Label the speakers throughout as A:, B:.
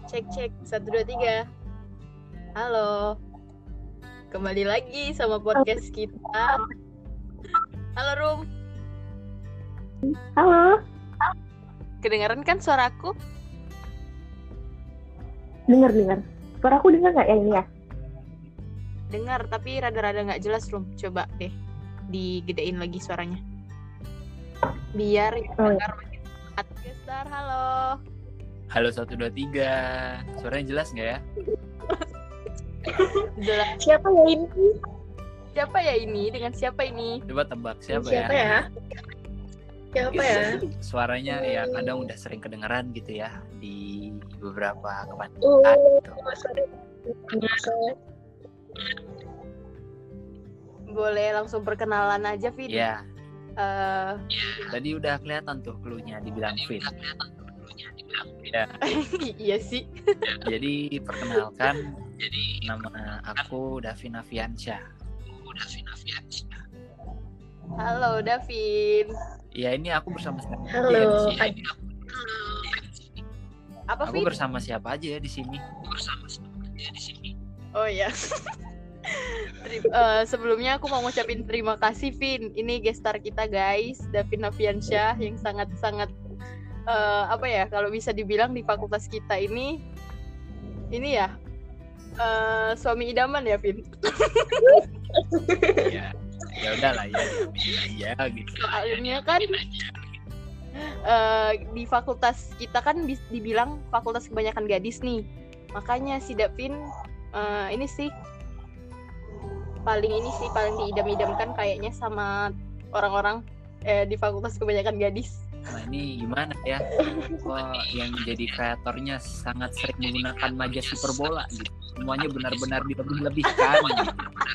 A: Cek, 1, 2, 3. Halo. Kembali lagi sama podcast kita. Halo, Rum.
B: Halo.
A: Kedengaran kan suaraku?
B: Dengar. Suara aku dengar nggak ya ini ya?
A: Dengar, tapi rada-rada nggak jelas, Rum. Coba deh digedein lagi suaranya. Biar dengar makin semangat. Gestar, halo.
C: Halo 1, 2, 3. Suaranya jelas nggak ya?
A: Jelas.
B: Siapa ya ini?
A: Siapa ya ini? Dengan siapa ini?
C: Coba tebak siapa
B: Siapa
C: ya?
B: ya? Siapa ya?
C: Suaranya ya kadang udah sering kedengeran gitu ya di beberapa
B: Oh,
C: kepanitiaan gitu.
B: sorry.
A: Boleh langsung perkenalan aja, Vin.
C: Ya, tadi udah kelihatan tuh clue-nya dibilang Vin. Ya,
A: Iya sih.
C: jadi perkenalkan, nama aku Davin Afiansyah.
A: Halo, Davin.
C: Ya, ini aku bersama siapa
B: Halo.
C: aja ya di sini?
A: Apa,
C: Aku
A: Vin?
C: bersama siapa aja ya di sini?
A: Oh ya. Sebelumnya aku mau ngucapin terima kasih, Vin. Ini gestar kita, guys, Davin Afiansyah yang sangat-sangat apa ya, kalau bisa dibilang di fakultas kita ini ya suami idaman ya, Vin.
C: Ya udahlah ya, diamin aja gitu.
A: Soalnya kan di fakultas kita kan dibilang fakultas kebanyakan gadis nih. Makanya si Davin ini sih paling diidam-idamkan kayaknya sama orang-orang di fakultas kebanyakan gadis.
C: Nah ini gimana ya? Kok yang jadi kreatornya sangat sering menggunakan majas hiperbola gitu. Semuanya benar-benar dilebih-lebihkan gitu.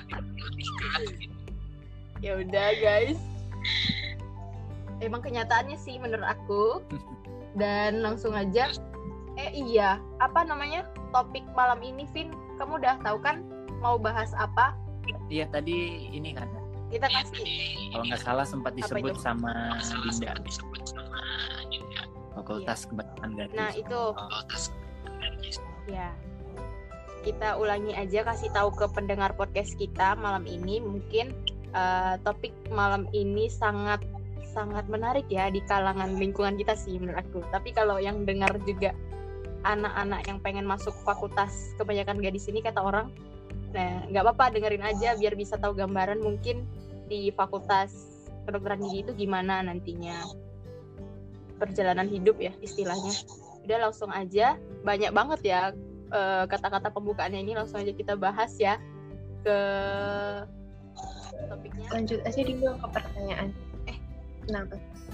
A: Ya udah, guys. Emang kenyataannya sih menurut aku. Dan langsung aja. Iya, apa namanya? Topik malam ini, Vin, kamu udah tahu kan mau bahas apa?
C: Iya tadi ini kan
A: Kita kasih.
C: kalau nggak salah sempat disebut
A: itu?
C: sama Dinda. Fakultas Kebanyakan Gadis.
A: Nah, itu. Ya. Kita ulangi aja, kasih tahu ke pendengar podcast kita malam ini. Mungkin topik malam ini sangat menarik ya di kalangan lingkungan kita sih menurut aku. Tapi kalau yang dengar juga anak-anak yang pengen masuk fakultas kebanyakan gadis ini kata orang, nah nggak apa-apa, dengerin aja biar bisa tahu gambaran mungkin di fakultas kedokteran gigi itu gimana nantinya perjalanan hidup ya istilahnya. Udah langsung aja, banyak banget ya kata-kata pembukaannya ini, langsung aja kita bahas ya ke topiknya.
B: Lanjut aja dulu ke pertanyaan. Kenapa?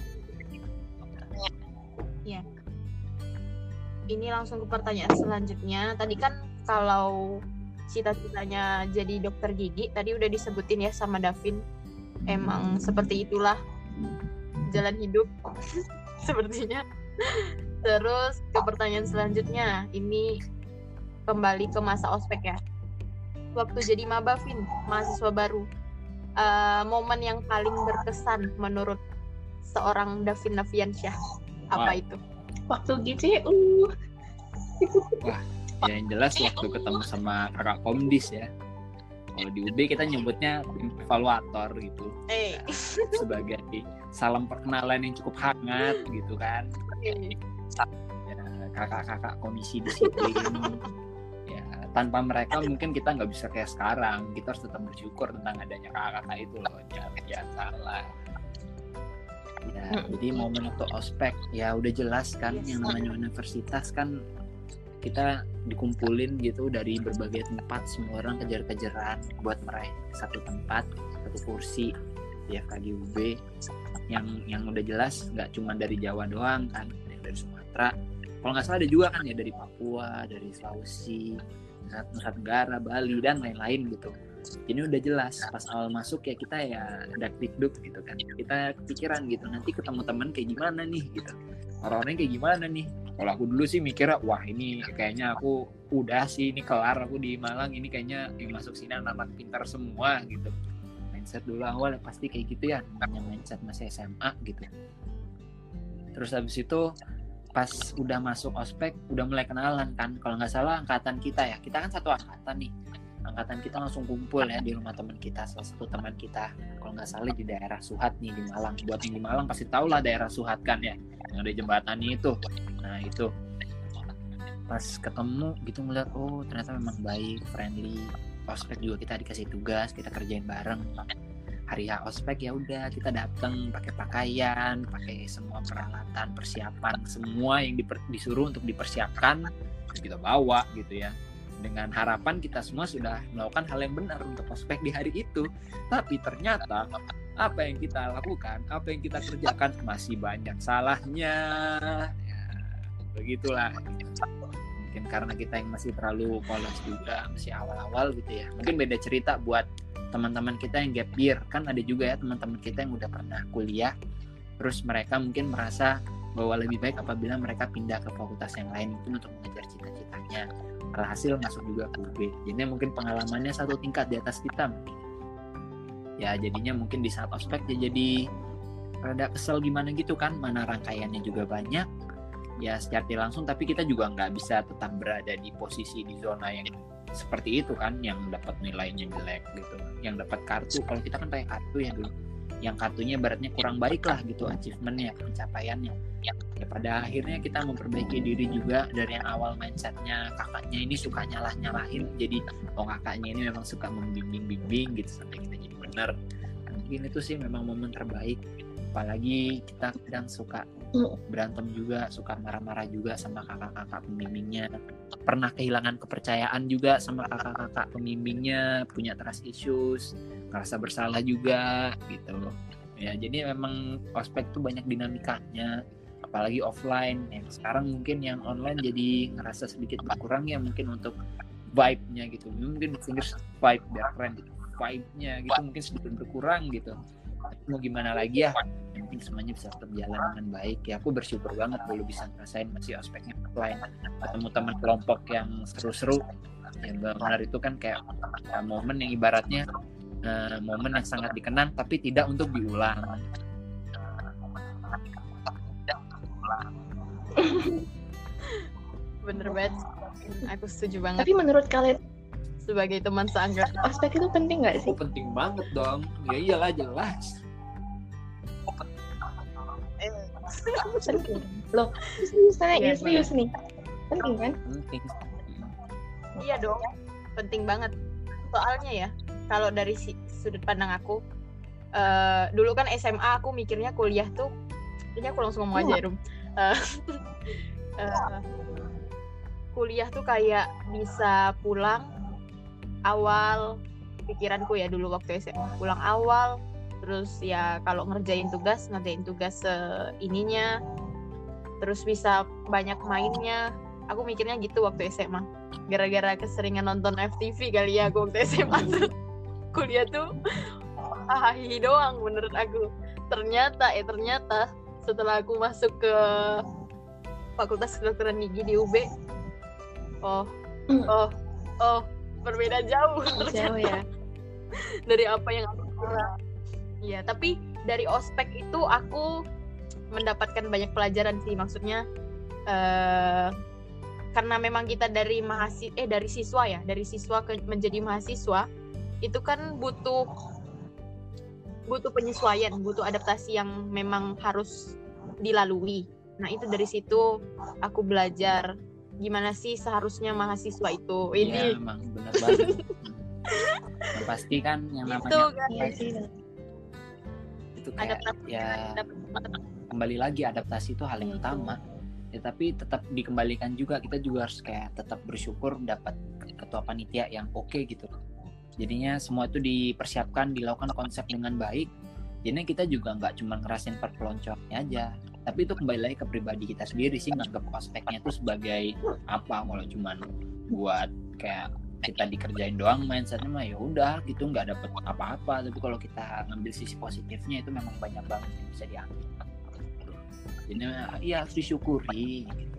A: Ya. Ini langsung ke pertanyaan selanjutnya. Tadi kan kalau cita-citanya jadi dokter gigi tadi udah disebutin ya sama Davin. Emang seperti itulah jalan hidup sepertinya. Terus ke pertanyaan selanjutnya, ini kembali ke masa ospek ya. Waktu jadi maba, Vin, mahasiswa baru, momen yang paling berkesan menurut seorang Davin Afiansyah apa itu?
B: Waktu gitu ya.
C: Wah, ya yang jelas waktu ketemu sama kakak Komdis ya. Kalau di UB kita nyebutnya tim evaluator gitu. Ya, sebagai salam perkenalan yang cukup hangat gitu kan. Ya, kakak-kakak komisi disiplin. Ya, tanpa mereka mungkin kita nggak bisa kayak sekarang. Kita harus tetap bersyukur tentang adanya kakak-kakak itu loh. Jangan salah. Ya, jadi momen waktu ospek ya udah jelas kan, yang namanya universitas kan kita dikumpulin gitu dari berbagai tempat, semua orang kejar-kejaran buat meraih satu tempat, satu kursi di FKG UB yang udah jelas nggak cuma dari Jawa doang kan, ada yang dari Sumatera, kalau nggak salah ada juga kan ya dari Papua, dari Sulawesi, Nusa Tenggara, Bali dan lain-lain gitu. Jadi udah jelas pas awal masuk ya kita ya dak-dikduk gitu kan, kita kepikiran gitu nanti ketemu teman kayak gimana nih gitu, orang-orangnya kayak gimana nih. Kalau aku dulu sih mikirnya wah ini kayaknya aku udah sih, ini kelar aku di Malang, ini kayaknya yang masuk sini anak pintar semua gitu. Mindset dulu awal pasti kayak gitu ya, namanya mindset masih SMA gitu. Terus habis itu pas udah masuk ospek udah mulai kenalan kan. Kalau nggak salah angkatan kita kan satu angkatan nih, angkatan kita langsung kumpul ya di rumah teman kita, salah satu teman kita kalau nggak salah di daerah Suhat nih di Malang. Buat yang di Malang pasti tahu lah daerah Suhat kan ya, yang ada jembatannya itu. Nah itu pas ketemu gitu ngeliat, oh ternyata memang baik, friendly. Ospek juga kita dikasih tugas, kita kerjain bareng. Hari ospek ya udah kita datang pakai pakaian, pakai semua peralatan, persiapan, semua yang disuruh untuk dipersiapkan kita bawa gitu ya. Dengan harapan kita semua sudah melakukan hal yang benar untuk ospek di hari itu. Tapi ternyata apa yang kita lakukan, apa yang kita kerjakan masih banyak salahnya. Ya, begitulah. Mungkin karena kita yang masih terlalu polos juga, masih awal-awal gitu ya. Mungkin beda cerita buat teman-teman kita yang gap year. Kan ada juga ya teman-teman kita yang udah pernah kuliah, terus mereka mungkin merasa bahwa lebih baik apabila mereka pindah ke fakultas yang lain mungkin untuk mengejar cita-citanya. Alhasil masuk juga ke UB. Jadi mungkin pengalamannya satu tingkat di atas kita mungkin. Ya jadinya mungkin di saat ospek dia jadi rada kesel gimana gitu kan, mana rangkaiannya juga banyak. Ya secara langsung, tapi kita juga nggak bisa tetap berada di posisi di zona yang seperti itu kan, yang dapat nilainya jelek gitu, yang dapat kartu. Kalau kita kan pakai kartu ya dulu, yang kartunya ibaratnya kurang baik lah gitu achievementnya, pencapaiannya. Ya pada akhirnya kita memperbaiki diri juga dari yang awal mindsetnya kakaknya ini suka nyalahin, jadi kakaknya ini memang suka membimbing gitu sampai kita jadi benar. Mungkin itu sih memang momen terbaik. Apalagi kita kadang suka berantem juga, suka marah-marah juga sama kakak-kakak pembimbingnya, pernah kehilangan kepercayaan juga sama kakak-kakak pembimbingnya, punya trust issues, ngerasa bersalah juga gitu ya. Jadi memang ospek tuh banyak dinamikanya, apalagi offline. Yang sekarang mungkin yang online jadi ngerasa sedikit berkurang ya, mungkin untuk vibe-nya gitu, mungkin distinguish vibe biar keren gitu, vibe-nya gitu mungkin sedikit berkurang gitu. Mau gimana lagi ya, yang penting semuanya bisa tetap jalan dengan baik ya. Aku bersyukur banget dulu bisa ngerasain masih ospeknya offline, ketemu teman kelompok yang seru-seru ya, benar itu kan kayak momen yang ibaratnya momen yang sangat dikenang tapi tidak untuk diulang.
A: Bener banget, aku setuju banget.
B: Tapi menurut kalian
A: sebagai teman seangkatan,
B: ospek itu penting nggak sih?
C: Oh, penting banget dong. Ya iyalah jelas.
B: Penting. Loh, serius nih. Penting kan?
C: Penting.
A: Iya dong, penting banget. Soalnya ya, kalau dari sudut pandang aku, dulu kan SMA aku mikirnya kuliah tuh, ini aku langsung ngomong aja ya Rum. Kuliah tuh kayak bisa pulang awal, pikiranku ya dulu waktu SMA, pulang awal, terus ya kalau ngerjain tugas ininya, terus bisa banyak mainnya. Aku mikirnya gitu waktu SMA, gara-gara keseringan nonton FTV kali ya aku waktu SMA tuh. Kuliah tuh hahaha doang menurut aku. Ternyata setelah aku masuk ke Fakultas Kedokteran Gigi di UB, berbeda jauh
B: ya
A: dari apa yang aku kira. Ya, tapi dari ospek itu aku mendapatkan banyak pelajaran sih, maksudnya karena memang kita dari siswa menjadi mahasiswa itu kan butuh penyesuaian, butuh adaptasi yang memang harus dilalui. Nah, itu dari situ aku belajar gimana sih seharusnya mahasiswa itu. Ini
C: ya, memang benar banget. Pasti kan yang namanya itu kayak kembali lagi adaptasi itu hal yang utama ya, tapi tetap dikembalikan juga, kita juga harus kayak tetap bersyukur dapat ketua panitia yang oke gitu. Jadinya semua itu dipersiapkan, dilakukan konsep dengan baik. Jadinya kita juga nggak cuma ngerasain perpeloncoannya aja, tapi itu kembali lagi ke pribadi kita sendiri sih, nganggap ospeknya itu sebagai apa. Kalau cuma buat kayak kita dikerjain doang mindsetnya mah ya udah gitu, nggak dapet apa-apa. Tapi kalau kita ngambil sisi positifnya itu memang banyak banget yang bisa diambil. Jadi ya harus disyukuri gitu.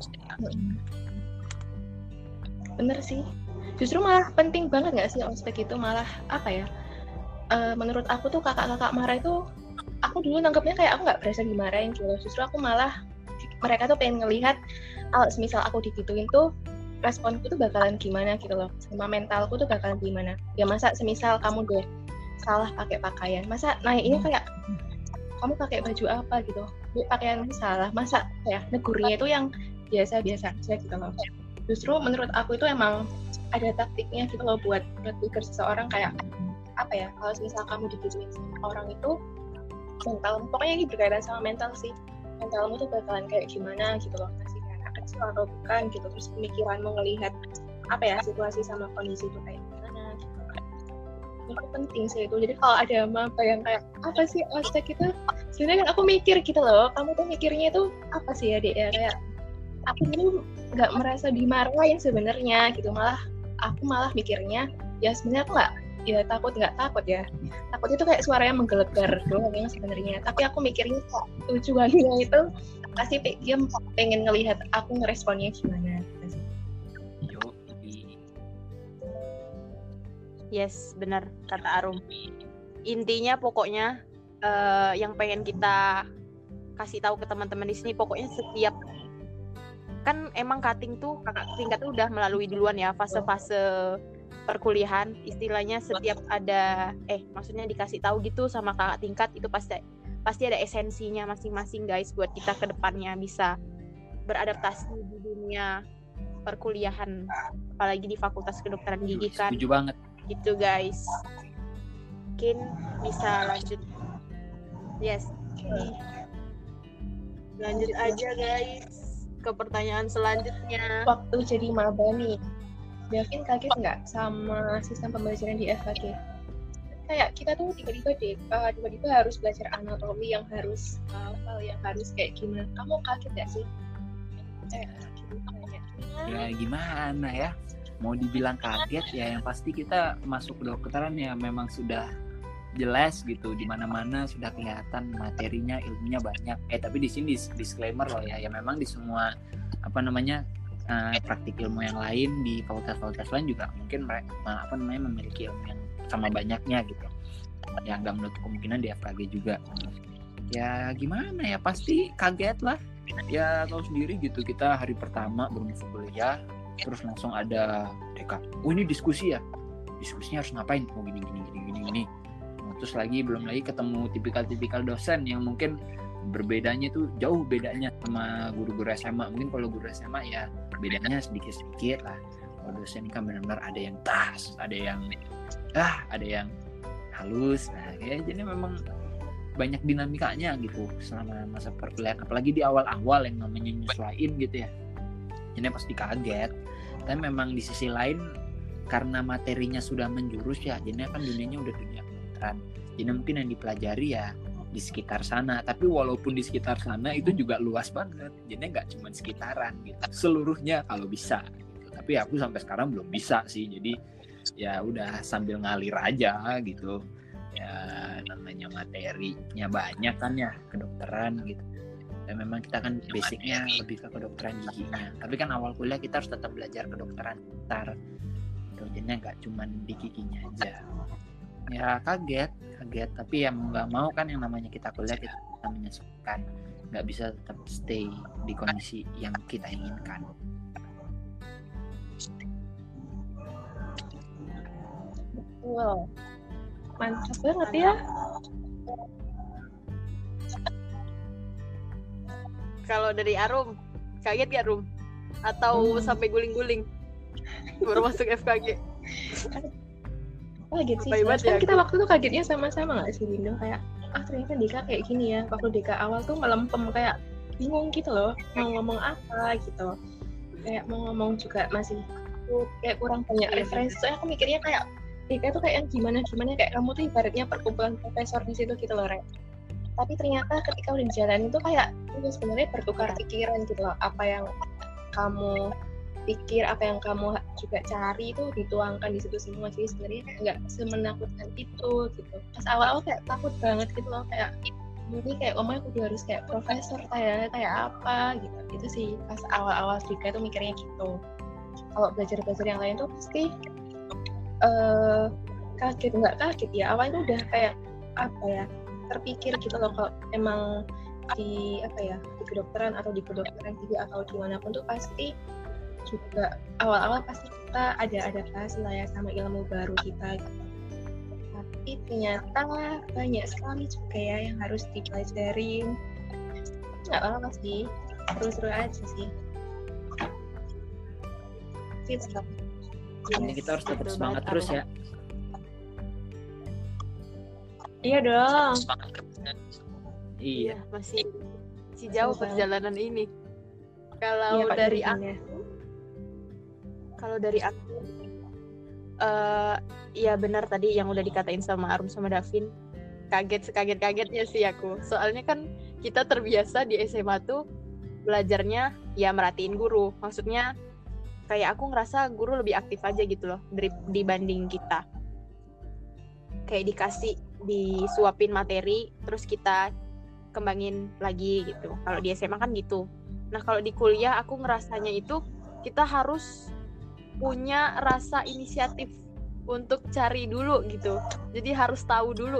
B: Bener sih, justru malah penting banget nggak sih ospek itu, malah apa ya, menurut aku tuh kakak-kakak marah itu, aku dulu nangkepnya kayak aku nggak berasa dimarahin gitu. Justru aku malah mereka tuh pengen ngelihat kalau semisal aku digituin tuh responku tuh bakalan gimana gitu loh, sama mentalku tuh bakalan gimana. Ya masa semisal kamu deh salah pakai pakaian, masa ini kayak kamu pakai baju apa gitu, pakaianmu salah, masa ya negurnya itu yang biasa-biasa aja gitu loh. Justru menurut aku itu emang ada taktiknya gitu loh buat trigger seseorang, kayak apa ya, kalau misal kamu digituin sama orang itu mental, pokoknya ini berkaitan sama mental sih, mentalmu tuh bakalan kayak gimana gitu loh, masih anak kecil atau bukan gitu, terus pemikiranmu ngelihat apa ya situasi sama kondisi itu kayak gimana gitu. Itu penting sih itu. Jadi kalau ada apa yang kayak apa sih ospek itu, sebenarnya kan aku mikir gitu loh, kamu tuh mikirnya itu apa sih ya Dek ya, kayak aku tuh nggak merasa dimarahin sebenarnya gitu, aku malah mikirnya ya sebenarnya aku nggak takut ya, takut itu kayak suaranya menggelegar doang yang sebenarnya, tapi aku mikirnya tujuannya itu pasti dia pengen ngelihat aku ngeresponnya gimana gitu.
A: Yes, benar kata Arum. Intinya pokoknya yang pengen kita kasih tahu ke teman-teman di sini, pokoknya setiap kan emang cutting tuh kakak tingkat tuh udah melalui duluan ya fase-fase perkuliahan, istilahnya setiap ada maksudnya dikasih tahu gitu sama kakak tingkat itu pasti ada esensinya masing-masing guys, buat kita ke depannya bisa beradaptasi di dunia perkuliahan, apalagi di Fakultas Kedokteran Gigi kan.
C: Setuju banget.
A: Gitu guys. Mungkin bisa lanjut. Yes. Lanjut aja guys ke pertanyaan selanjutnya.
B: Waktu jadi maba nih, Davin kaget nggak sama sistem pembelajaran di FKG? Kayak kita tuh tiba-tiba harus belajar anatomi yang harus yang harus kayak gimana. Kamu kaget nggak sih?
C: Ya gimana ya? Mau dibilang kaget ya, yang pasti kita masuk kedokteran ya memang sudah jelas gitu, di mana-mana sudah kelihatan materinya, ilmunya banyak. Tapi di sini disclaimer loh ya memang di semua praktik ilmu yang lain di fakultas-fakultas lain juga mungkin memiliki ilmu yang sama banyaknya gitu. Ya nggak menutup kemungkinan di FKG juga. Ya gimana ya, pasti kaget lah. Ya tahu sendiri gitu, kita hari pertama baru masuk kuliah terus langsung ada DK. Oh ini diskusi ya. Diskusinya harus ngapain? Oh gini. Terus belum lagi ketemu tipikal dosen yang mungkin berbedanya tuh jauh bedanya sama guru-guru SMA. Mungkin kalau guru SMA ya bedanya sedikit-sedikit lah. Kalau dosen ini kan benar-benar ada yang tas, ada yang halus. Nah, jadi memang banyak dinamikanya gitu selama masa perkuliahan, apalagi di awal-awal yang namanya nyesuaiin gitu ya. Jadi pasti kaget. Tapi memang di sisi lain karena materinya sudah menjurus ya, jadi kan dunianya udah dunia kedokteran. Jadi mungkin yang dipelajari ya di sekitar sana. Tapi walaupun di sekitar sana itu juga luas banget. Jadi nggak cuma sekitaran gitu. Seluruhnya kalau bisa. Gitu. Tapi aku sampai sekarang belum bisa sih. Jadi ya udah sambil ngalir aja gitu. Ya namanya materinya banyak kan ya kedokteran gitu. Dan memang kita kan basicnya lebih ke kedokteran giginya. Tapi kan awal kuliah kita harus tetap belajar kedokteran ntar. Jadinya nggak cuma di giginya aja. Ya kaget. Tapi ya mau nggak mau kan yang namanya kita kuliah kita menyesuaikan. Nggak bisa tetap stay di kondisi yang kita inginkan.
B: Wow, mantap banget ya.
A: Kalau dari Arum, kaget gak Rum? Atau sampai guling-guling baru masuk FKG?
B: Kaget sih. Kan kita waktu itu kagetnya sama-sama nggak sih Windu? Kayak ternyata Dika kayak gini ya. Waktu Dika awal tuh melempem kayak bingung gitu loh, mau ngomong apa gitu. Kayak mau ngomong juga masih kayak kurang banyak referensi. Soalnya aku mikirnya kayak Dika tuh kayak yang gimana kayak kamu tuh ibaratnya perkumpulan profesor di situ gitu loh, Rek. Tapi ternyata ketika udah jalan itu kayak sebenarnya bertukar pikiran gitu loh. Apa yang kamu pikir, apa yang kamu juga cari itu dituangkan di situ semua. Jadi sebenarnya nggak semenakutkan itu gitu. Pas awal-awal kayak takut banget gitu loh, kayak ini kayak omanya aku harus kayak profesor kayak apa gitu. Itu sih pas awal-awal Dika itu mikirnya gitu. Kalau belajar yang lain tuh pasti nggak kaget ya, awalnya udah kayak apa ya, terpikir gitu loh kalau emang di kedokteran atau di kedokteran juga atau dimanapun tuh pasti juga awal-awal pasti kita ada adaptasi lah ya sama ilmu baru kita gitu. Tapi ternyata banyak sekali juga ya yang harus dipelajarin. Nggak apa-apa sih, seru-seru aja sih.
C: Ini kita harus tetap semangat terus ya.
B: Iya dong.
C: Iya,
A: masih jauh perjalanan ini. Kalau dari aku, ya benar tadi yang udah dikatain sama Arum sama Davin. Kagetnya sih aku. Soalnya kan kita terbiasa di SMA tuh belajarnya ya merhatiin guru. Maksudnya kayak aku ngerasa guru lebih aktif aja gitu loh dibanding kita. Kayak disuapin materi terus kita kembangin lagi gitu. Kalau di SMA kan gitu. Nah kalau di kuliah aku ngerasanya itu kita harus punya rasa inisiatif untuk cari dulu gitu. Jadi harus tahu dulu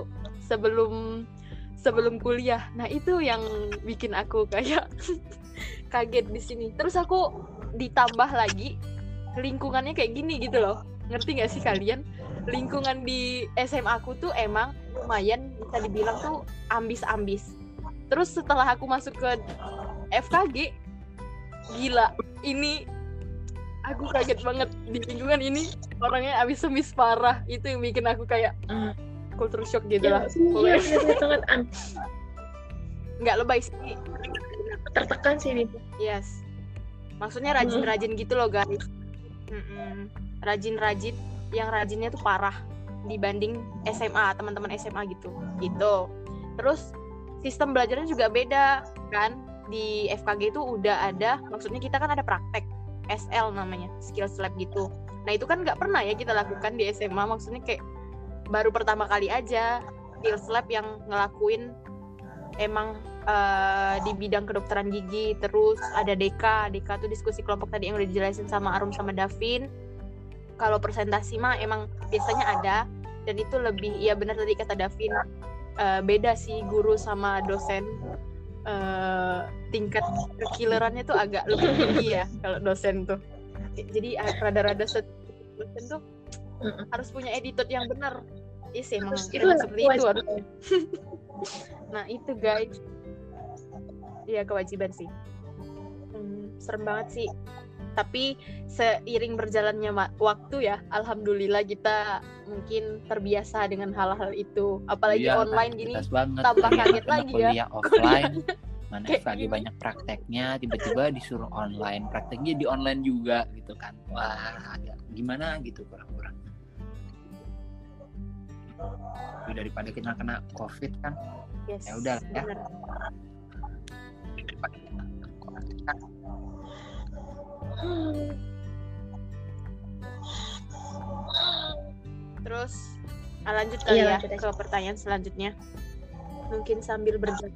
A: sebelum kuliah. Nah itu yang bikin aku kayak kaget di sini. Terus aku ditambah lagi lingkungannya kayak gini gitu loh. Ngerti nggak sih kalian? Lingkungan di SMA aku tuh emang lumayan bisa dibilang tuh ambis-ambis. Terus setelah aku masuk ke FKG, gila, ini aku kaget banget di lingkungan ini orangnya ambis-ambis parah. Itu yang bikin aku kayak culture shock gitu lah.
B: Iya, benar banget.
A: Nggak lebay sih.
B: Tertekan sih itu.
A: Yes. Maksudnya rajin-rajin gitu loh guys. Rajin-rajin, yang rajinnya tuh parah dibanding SMA, teman-teman SMA gitu. Terus sistem belajarnya juga beda kan. Di FKG itu udah ada, maksudnya kita kan ada praktek SL namanya, skills lab gitu. Nah itu kan nggak pernah ya kita lakukan di SMA, maksudnya kayak baru pertama kali aja skills lab yang ngelakuin emang di bidang kedokteran gigi. Terus ada DK tuh diskusi kelompok tadi yang udah dijelasin sama Arum sama Davin. Kalau presentasi mah emang biasanya ada, dan itu lebih, ya benar tadi kata Davin, beda sih guru sama dosen. Tingkat kekillerannya tuh agak lebih tinggi ya kalau dosen tuh. Jadi rada-rada dosen tuh harus punya attitude yang benar. Iya sih, emang seperti itu harus. Nah itu guys, ya kewajiban sih. Serem banget sih. Tapi seiring berjalannya waktu ya, alhamdulillah kita mungkin terbiasa dengan hal-hal itu. Apalagi online gini, tambah kaget lagi ya.
C: Offline, mana lagi banyak prakteknya, tiba-tiba disuruh online. Prakteknya di online juga gitu kan. Wah, gimana gitu kurang-kurang. Daripada kita kena COVID kan.
A: Yes,
C: ya udah ya. Terus lanjut kali ya ke pertanyaan selanjutnya. Mungkin sambil berjalan.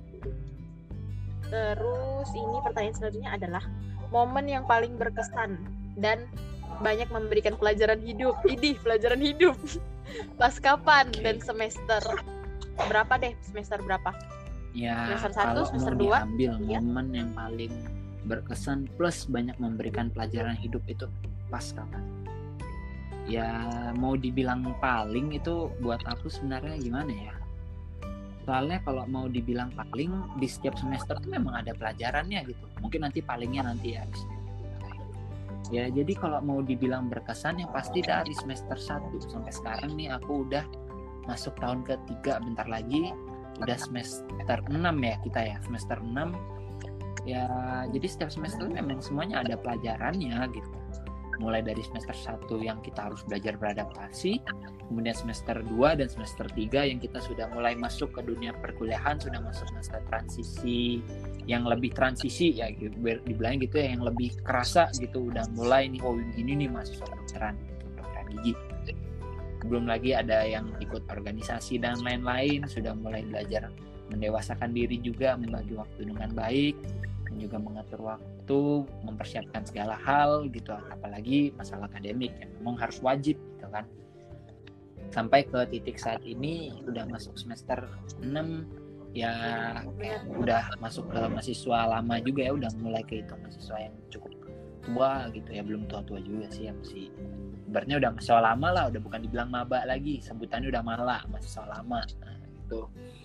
C: Terus ini pertanyaan selanjutnya adalah momen yang paling berkesan dan banyak memberikan pelajaran hidup. Pelajaran hidup. Pas kapan dan semester berapa deh? Semester berapa? Ya,
A: semester 1, semester 2.
C: Diambil momen yang paling berkesan plus banyak memberikan pelajaran hidup itu pas kapan? Ya mau dibilang paling itu buat aku sebenarnya gimana ya? Soalnya kalau mau dibilang paling di setiap semester tuh memang ada pelajarannya gitu. Mungkin nanti palingnya nanti ya. Ya jadi kalau mau dibilang berkesan yang pasti dari semester 1 sampai sekarang nih aku udah masuk tahun ketiga bentar lagi, udah semester 6 ya kita ya, semester 6. Ya jadi setiap semester memang semuanya ada pelajarannya gitu. Mulai dari semester 1 yang kita harus belajar beradaptasi, kemudian semester 2 dan semester 3 yang kita sudah mulai masuk ke dunia perkuliahan, sudah masuk masa transisi, yang lebih transisi ya dibilang gitu ya, yang lebih kerasa gitu, udah mulai nih gini nih mahasiswa kedokteran gigi. Belum lagi ada yang ikut organisasi dan lain-lain, sudah mulai belajar mendewasakan diri juga, membagi waktu dengan baik, dan juga mengatur waktu, mempersiapkan segala hal gitu, apalagi masalah akademik yang memang harus wajib gitu kan. Sampai ke titik saat ini udah masuk semester 6, ya kayak udah masuk ke mahasiswa lama juga ya, udah mulai kehitung mahasiswa yang cukup tua gitu ya, belum tua-tua juga sih ya, masih ibaratnya udah mahasiswa lama lah, udah bukan dibilang maba lagi, sebutannya udah mala, mahasiswa lama. Nah, gitu.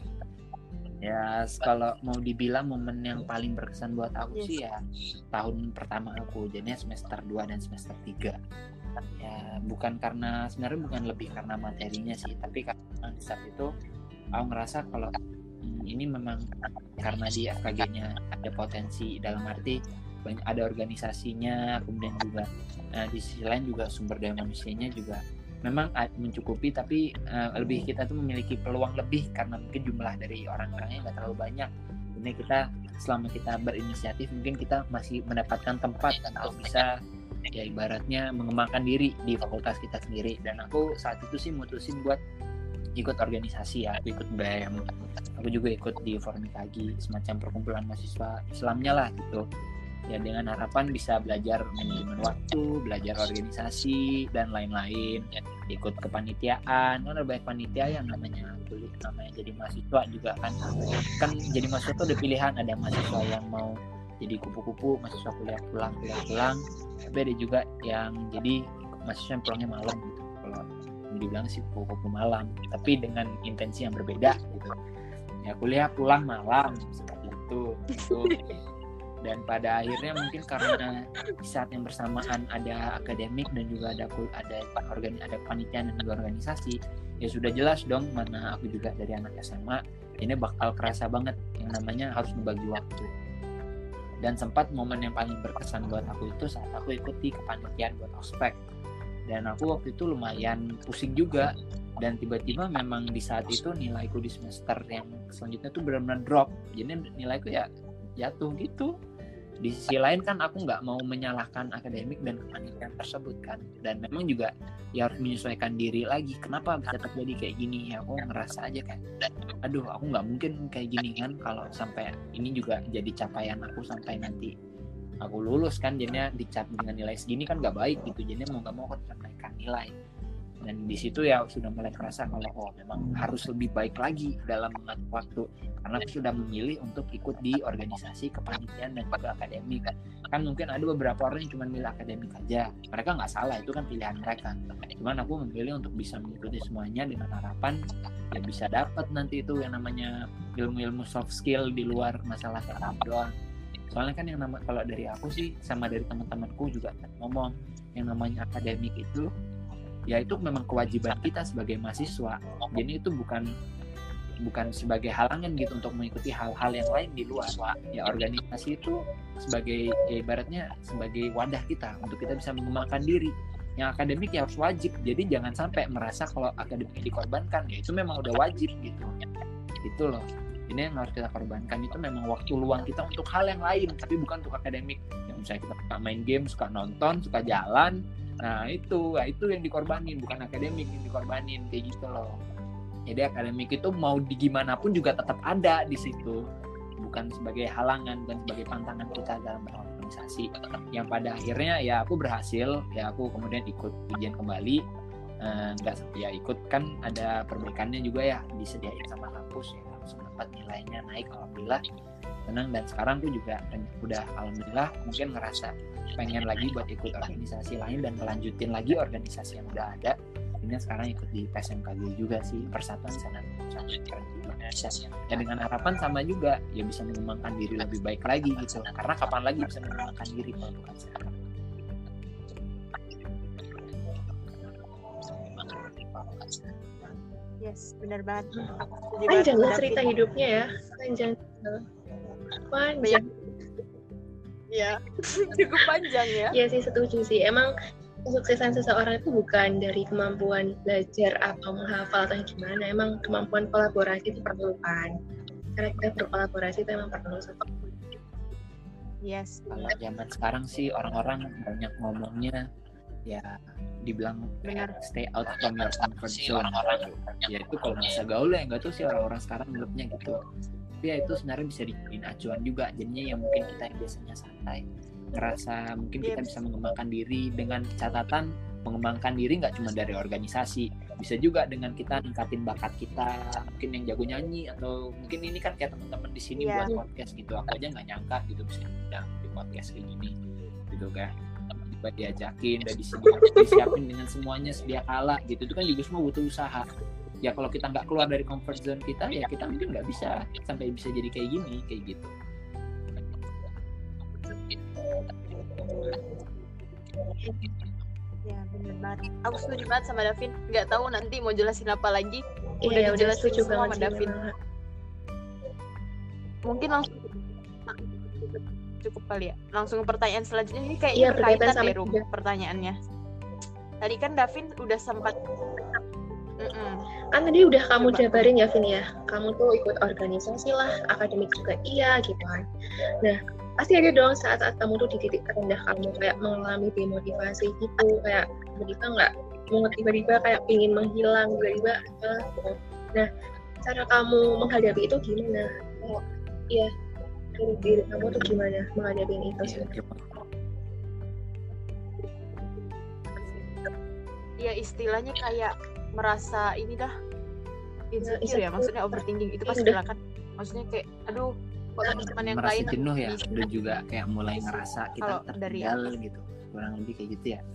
C: Ya kalau mau dibilang momen yang paling berkesan buat aku sih ya tahun pertama aku, jadinya semester 2 dan semester 3. Ya sebenarnya bukan lebih karena materinya sih, tapi karena di saat itu aku ngerasa kalau ini memang karena di FKG-nya ada potensi, dalam arti banyak ada organisasinya, kemudian juga di sisi lain juga sumber daya manusianya juga memang mencukupi, tapi lebih kita tuh memiliki peluang lebih karena mungkin jumlah dari orang-orangnya nggak terlalu banyak. Ini kita selama kita berinisiatif mungkin kita masih mendapatkan tempat untuk bisa ya ibaratnya mengembangkan diri di fakultas kita sendiri. Dan aku saat itu sih mutusin buat ikut organisasi ya, aku ikut BEM, aku juga ikut di Formikagi, semacam perkumpulan mahasiswa Islamnya lah gitu ya, dengan harapan bisa belajar manajemen waktu, belajar organisasi dan lain-lain, ikut kepanitiaan. Kan ada banyak panitia yang namanya jadi mahasiswa juga kan jadi mahasiswa tuh ada pilihan, ada mahasiswa yang mau jadi kupu-kupu, mahasiswa kuliah pulang, tapi ada juga yang jadi mahasiswa yang pulangnya malam gitu. Kalau dibilang sih kupu-kupu malam, tapi dengan intensi yang berbeda gitu ya, kuliah pulang malam seperti itu gitu. Dan pada akhirnya mungkin karena di saat yang bersamaan ada akademik dan juga ada panitiaan dan juga organisasi, ya sudah jelas dong mana aku juga dari anak SMA, ini bakal kerasa banget yang namanya harus membagi waktu. Dan sempat momen yang paling berkesan buat aku itu saat aku ikuti kepanitiaan buat ospek, dan aku waktu itu lumayan pusing juga, dan tiba-tiba memang di saat itu nilaiku di semester yang selanjutnya tuh benar-benar drop, jadi nilaiku ya jatuh gitu. Di sisi lain kan aku nggak mau menyalahkan akademik dan kepanitiaan tersebut kan, dan memang juga ya harus menyesuaikan diri lagi, kenapa bisa terjadi kayak gini ya. Aku ngerasa aja kan, aduh aku nggak mungkin kayak gini kan kalau sampai ini juga jadi capaian aku sampai nanti aku lulus kan, jadinya dicap dengan nilai segini kan nggak baik gitu, jadinya mau nggak mau aku tetap naikkan nilai. Dan di situ ya sudah mulai kerasa kalau memang harus lebih baik lagi dalam mengatur waktu, karena aku sudah memilih untuk ikut di organisasi kepanitiaan dan juga akademik kan mungkin ada beberapa orang yang cuma milih akademik aja, mereka nggak salah, itu kan pilihan mereka, cuman aku memilih untuk bisa mengikuti semuanya dengan harapan ya bisa dapat nanti itu yang namanya ilmu-ilmu soft skill di luar masalah teknik doang. Soalnya kan kalau dari aku sih sama dari teman-temanku juga ngomong, yang namanya akademik itu ya itu memang kewajiban kita sebagai mahasiswa. Jadi itu bukan sebagai halangan gitu untuk mengikuti hal-hal yang lain di luar. Ya organisasi itu sebagai ya ibaratnya sebagai wadah kita untuk kita bisa mengembangkan diri. Yang akademik ya harus wajib. Jadi jangan sampai merasa kalau akademik dikorbankan, ya itu memang udah wajib gitu. Itu loh. Ini yang harus kita korbankan itu memang waktu luang kita untuk hal yang lain, tapi bukan untuk akademik. Yang misalnya kita suka main game, suka nonton, suka jalan, nah itu yang dikorbanin, bukan akademik yang dikorbanin, kayak gitu loh. Jadi akademik itu mau di gimana pun juga tetap ada di situ, bukan sebagai halangan, bukan sebagai pantangan kita dalam berorganisasi. Yang pada akhirnya ya aku berhasil, ya aku kemudian ikut ujian kembali, ya ikut kan ada perbaikannya juga ya, disediain sama kampus ya, langsung dapat nilainya naik, alhamdulillah senang. Dan sekarang aku juga udah alhamdulillah mungkin ngerasa pengen lagi buat ikut organisasi lain dan melanjutin lagi organisasi yang udah ada. Ini sekarang ikut di PSMKG juga sih, Persatuan Senat Indonesia. Ya dengan harapan sama juga ya bisa mengembangkan diri lebih baik lagi gitu. Karena kapan lagi bisa mengembangkan diri kalau bukan sekarang.
A: Yes, benar banget.
B: Panjang cerita hidupnya ya, panjang.
A: Ya, cukup panjang ya.
B: Iya sih, setuju sih. Emang kesuksesan seseorang itu bukan dari kemampuan belajar atau menghafal atau gimana. Emang kemampuan kolaborasi itu perlu kan. Karena kita berkolaborasi itu emang perlu.
A: Yes.
C: Kalau zaman sekarang sih orang-orang banyak ngomongnya ya dibilang stay out from your comfort zone. Orang-orang ya itu kalau masa gaul ya nggak tuh sih orang-orang sekarang menurutnya gitu. Tapi ya itu sebenarnya bisa dijadiin acuan juga, jadinya ya mungkin kita yang biasanya santai ngerasa mungkin kita bisa mengembangkan diri, dengan catatan mengembangkan diri nggak cuma dari organisasi, Bisa juga dengan kita ningkatin bakat kita, mungkin yang jago nyanyi, atau mungkin ini kan kayak teman-teman di sini buat podcast gitu, aku aja nggak nyangka gitu bisa di podcast kayak gini gitu kan, tiba diajakin, udah disiapin dengan semuanya sedia kala gitu, itu kan juga semua butuh usaha. Ya kalau kita nggak keluar dari comfort zone kita, ya kita mungkin nggak bisa sampai bisa jadi kayak gini, kayak gitu.
A: Ya benar banget. Aku setuju banget sama Davin. Nggak tahu nanti mau jelasin apa lagi.
B: Udah dijelasin
A: semua sama Davin. Mungkin langsung cukup kali ya. Langsung ke pertanyaan selanjutnya. Ini kayaknya berkaitan deh pertanyaannya. Tadi kan Davin udah sempat
B: kan tadi udah kamu jabarin ya Vin ya, kamu tuh ikut organisasi lah, akademik juga iya gitu kan. Nah pasti ada dong saat-saat kamu tuh di titik terendah kamu, kayak mengalami demotivasi gitu, kayak tiba-tiba nggak mau, tiba-tiba kayak ingin menghilang, tiba-tiba gitu. Nah cara kamu menghadapi itu gimana? Oh iya, diri kamu tuh gimana menghadapi itu sih?
A: Ya istilahnya kayak merasa ini dah insecure ya, maksudnya overthinking itu pasti kan, maksudnya kayak aduh kok teman-teman yang
C: merasa
A: lain
C: jenuh ya, udah juga kayak mulai ngerasa kita tertinggal gitu, kurang lebih kayak gitu ya.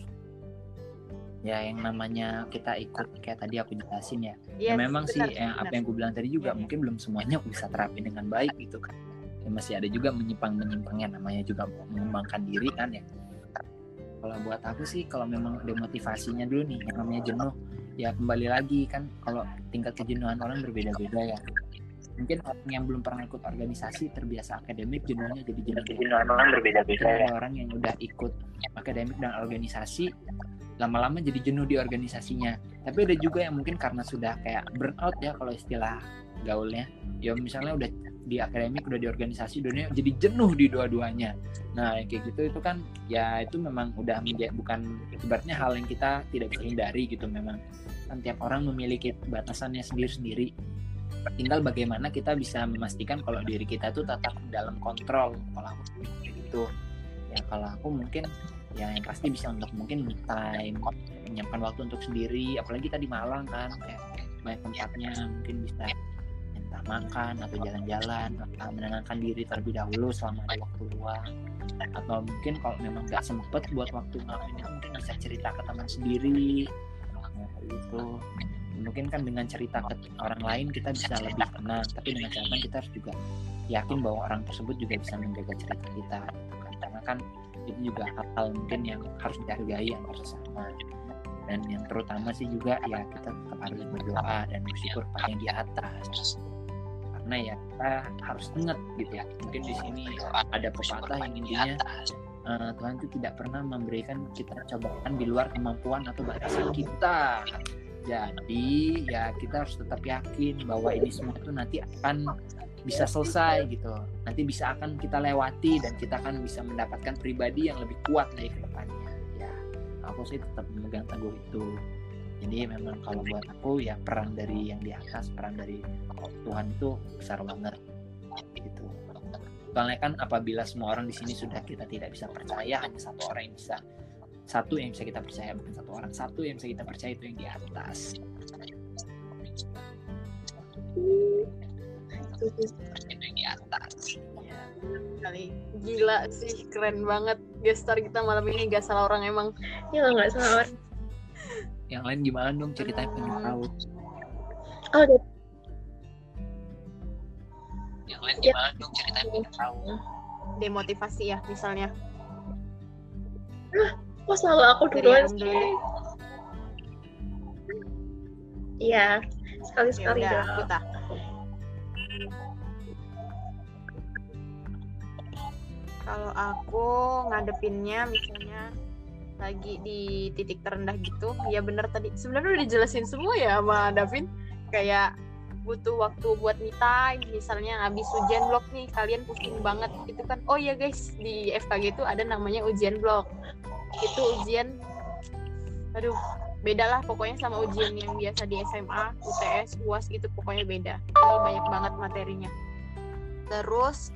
C: Ya yang namanya kita ikut kayak tadi aku jelasin ya, ya memang benar, sih benar. Apa yang aku bilang tadi juga mungkin belum semuanya aku bisa terapin dengan baik gitu kan, ya, masih ada juga menyimpang-menyimpangnya, namanya juga mengembangkan diri kan ya. Kalau buat aku sih, kalau memang demotivasinya dulu nih, yang namanya jenuh, ya kembali lagi kan, kalau tingkat kejenuhan orang berbeda-beda ya. Mungkin orang yang belum pernah ikut organisasi, terbiasa akademik, jenuhnya jadi jenuhan orang berbeda-beda ya. Ada orang yang udah ikut akademik dan organisasi, lama-lama jadi jenuh di organisasinya. Tapi ada juga yang mungkin karena sudah kayak burnout ya, kalau istilah gaulnya, ya misalnya udah di akademik, udah di organisasi, dunia jadi jenuh di dua-duanya. Nah kayak gitu, itu kan ya itu memang udah bukan ibaratnya hal yang kita tidak bisa hindari gitu. Memang kan tiap orang memiliki batasannya sendiri-sendiri, tinggal bagaimana kita bisa memastikan kalau diri kita tuh tetap dalam kontrol. Kalau aku kayak gitu ya, kalau aku mungkin ya yang pasti bisa untuk mungkin me time, menyiapkan waktu untuk sendiri, apalagi tadi Malang kan kayak banyak tempatnya, mungkin bisa entah makan atau jalan-jalan, atau menenangkan diri terlebih dahulu selama ada waktu luang. Atau mungkin kalau memang nggak sempet buat waktu ngelakuin itu, mungkin bisa cerita ke teman sendiri. Nah, itu mungkin kan dengan cerita ke orang lain kita bisa lebih tenang, tapi dengan catatan kita harus juga yakin bahwa orang tersebut juga bisa menjaga cerita kita gitu kan. Karena kan itu juga hal-hal mungkin yang harus dihargai antar sesama. Dan yang terutama sih juga ya kita tetap harus berdoa dan bersyukur pada yang di atas. Karena ya kita harus ingat gitu ya, mungkin di sini ada pepatah yang intinya Tuhan itu tidak pernah memberikan kita cobaan di luar kemampuan atau batasan kita. Jadi ya kita harus tetap yakin bahwa ini semua itu nanti akan bisa selesai gitu, nanti bisa akan kita lewati, dan kita akan bisa mendapatkan pribadi yang lebih kuat dari kedepannya. Ya aku sih tetap memegang teguh itu. Jadi memang kalau buat aku ya peran dari yang di atas, peran dari Tuhan itu besar banget gitu. Soalnya kan apabila semua orang di sini sudah kita tidak bisa percaya, hanya satu yang bisa kita percaya, bukan satu yang bisa kita percaya, itu yang di atas. Itu yang di atas.
A: Ya, kali gila sih, keren banget gestar kita malam ini, gak salah orang emang.
B: Ya nggak salah orang.
C: Yang lain gimana dong ceritanya, pengen tahu.
B: Oh,
C: yang lain gimana dong ceritanya, pengen tahu.
A: Demotivasi ya misalnya.
B: Kok selalu aku duluan sih? Iya, sekali-sekali
A: ya aku tak. Kalau aku ngadepinnya misalnya lagi di titik terendah gitu, ya bener tadi sebenarnya udah dijelasin semua ya sama Davin, kayak butuh waktu buat me time, misalnya habis ujian blok nih, kalian pusing banget itu kan. Oh ya guys, di FKG itu ada namanya ujian blok. Itu ujian, aduh beda lah pokoknya sama ujian yang biasa di SMA, UTS, UAS gitu, pokoknya beda. Ini banyak banget materinya. Terus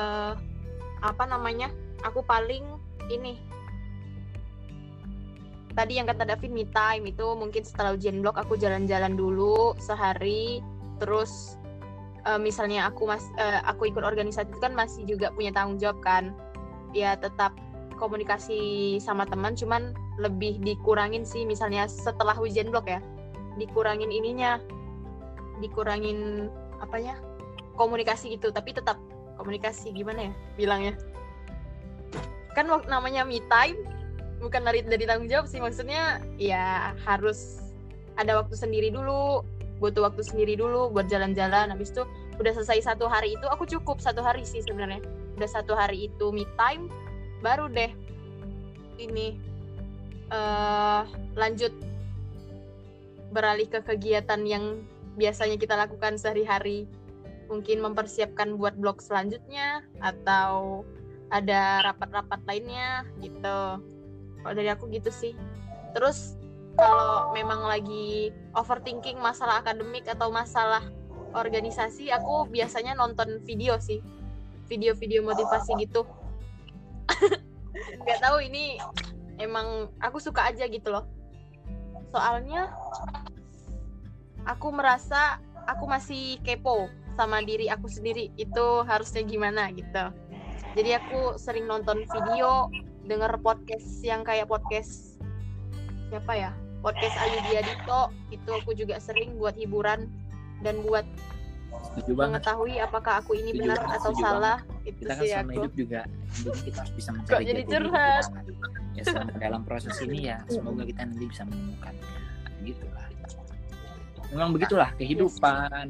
A: aku paling ini tadi yang kata David me time itu mungkin setelah ujian blok aku jalan-jalan dulu sehari, terus misalnya aku ikut organisasi itu kan masih juga punya tanggung jawab kan, ya tetap komunikasi sama teman, cuman lebih dikurangin sih, misalnya setelah ujian blok ya, dikurangin apanya, komunikasi gitu, tapi tetap komunikasi, gimana ya bilangnya, kan namanya me time bukan dari tanggung jawab sih, maksudnya ya harus ada waktu sendiri dulu, butuh waktu sendiri dulu buat jalan-jalan. Habis itu udah selesai 1 hari itu, aku cukup 1 hari sih sebenarnya, udah 1 hari itu me time, baru deh ini lanjut beralih ke kegiatan yang biasanya kita lakukan sehari-hari, mungkin mempersiapkan buat blog selanjutnya atau ada rapat-rapat lainnya gitu. Kalau dari aku gitu sih. Terus kalau memang lagi overthinking masalah akademik atau masalah organisasi, aku biasanya nonton video sih, video-video motivasi gitu. Gak tahu, ini emang aku suka aja gitu loh. Soalnya aku merasa aku masih kepo sama diri aku sendiri, itu harusnya gimana gitu. Jadi aku sering nonton video, denger podcast yang kayak podcast siapa ya, podcast Ayudhya Dito, itu aku juga sering buat hiburan dan buat mengetahui apakah aku ini benar atau salah. Itu
C: kita kan
A: sih
C: selama
A: aku.
C: hidup juga, jadi kita harus bisa mencari
A: Kok jadi curhat?
C: Ya selama dalam proses ini ya semoga kita nanti bisa menemukan gitulah. Memang begitulah kehidupan.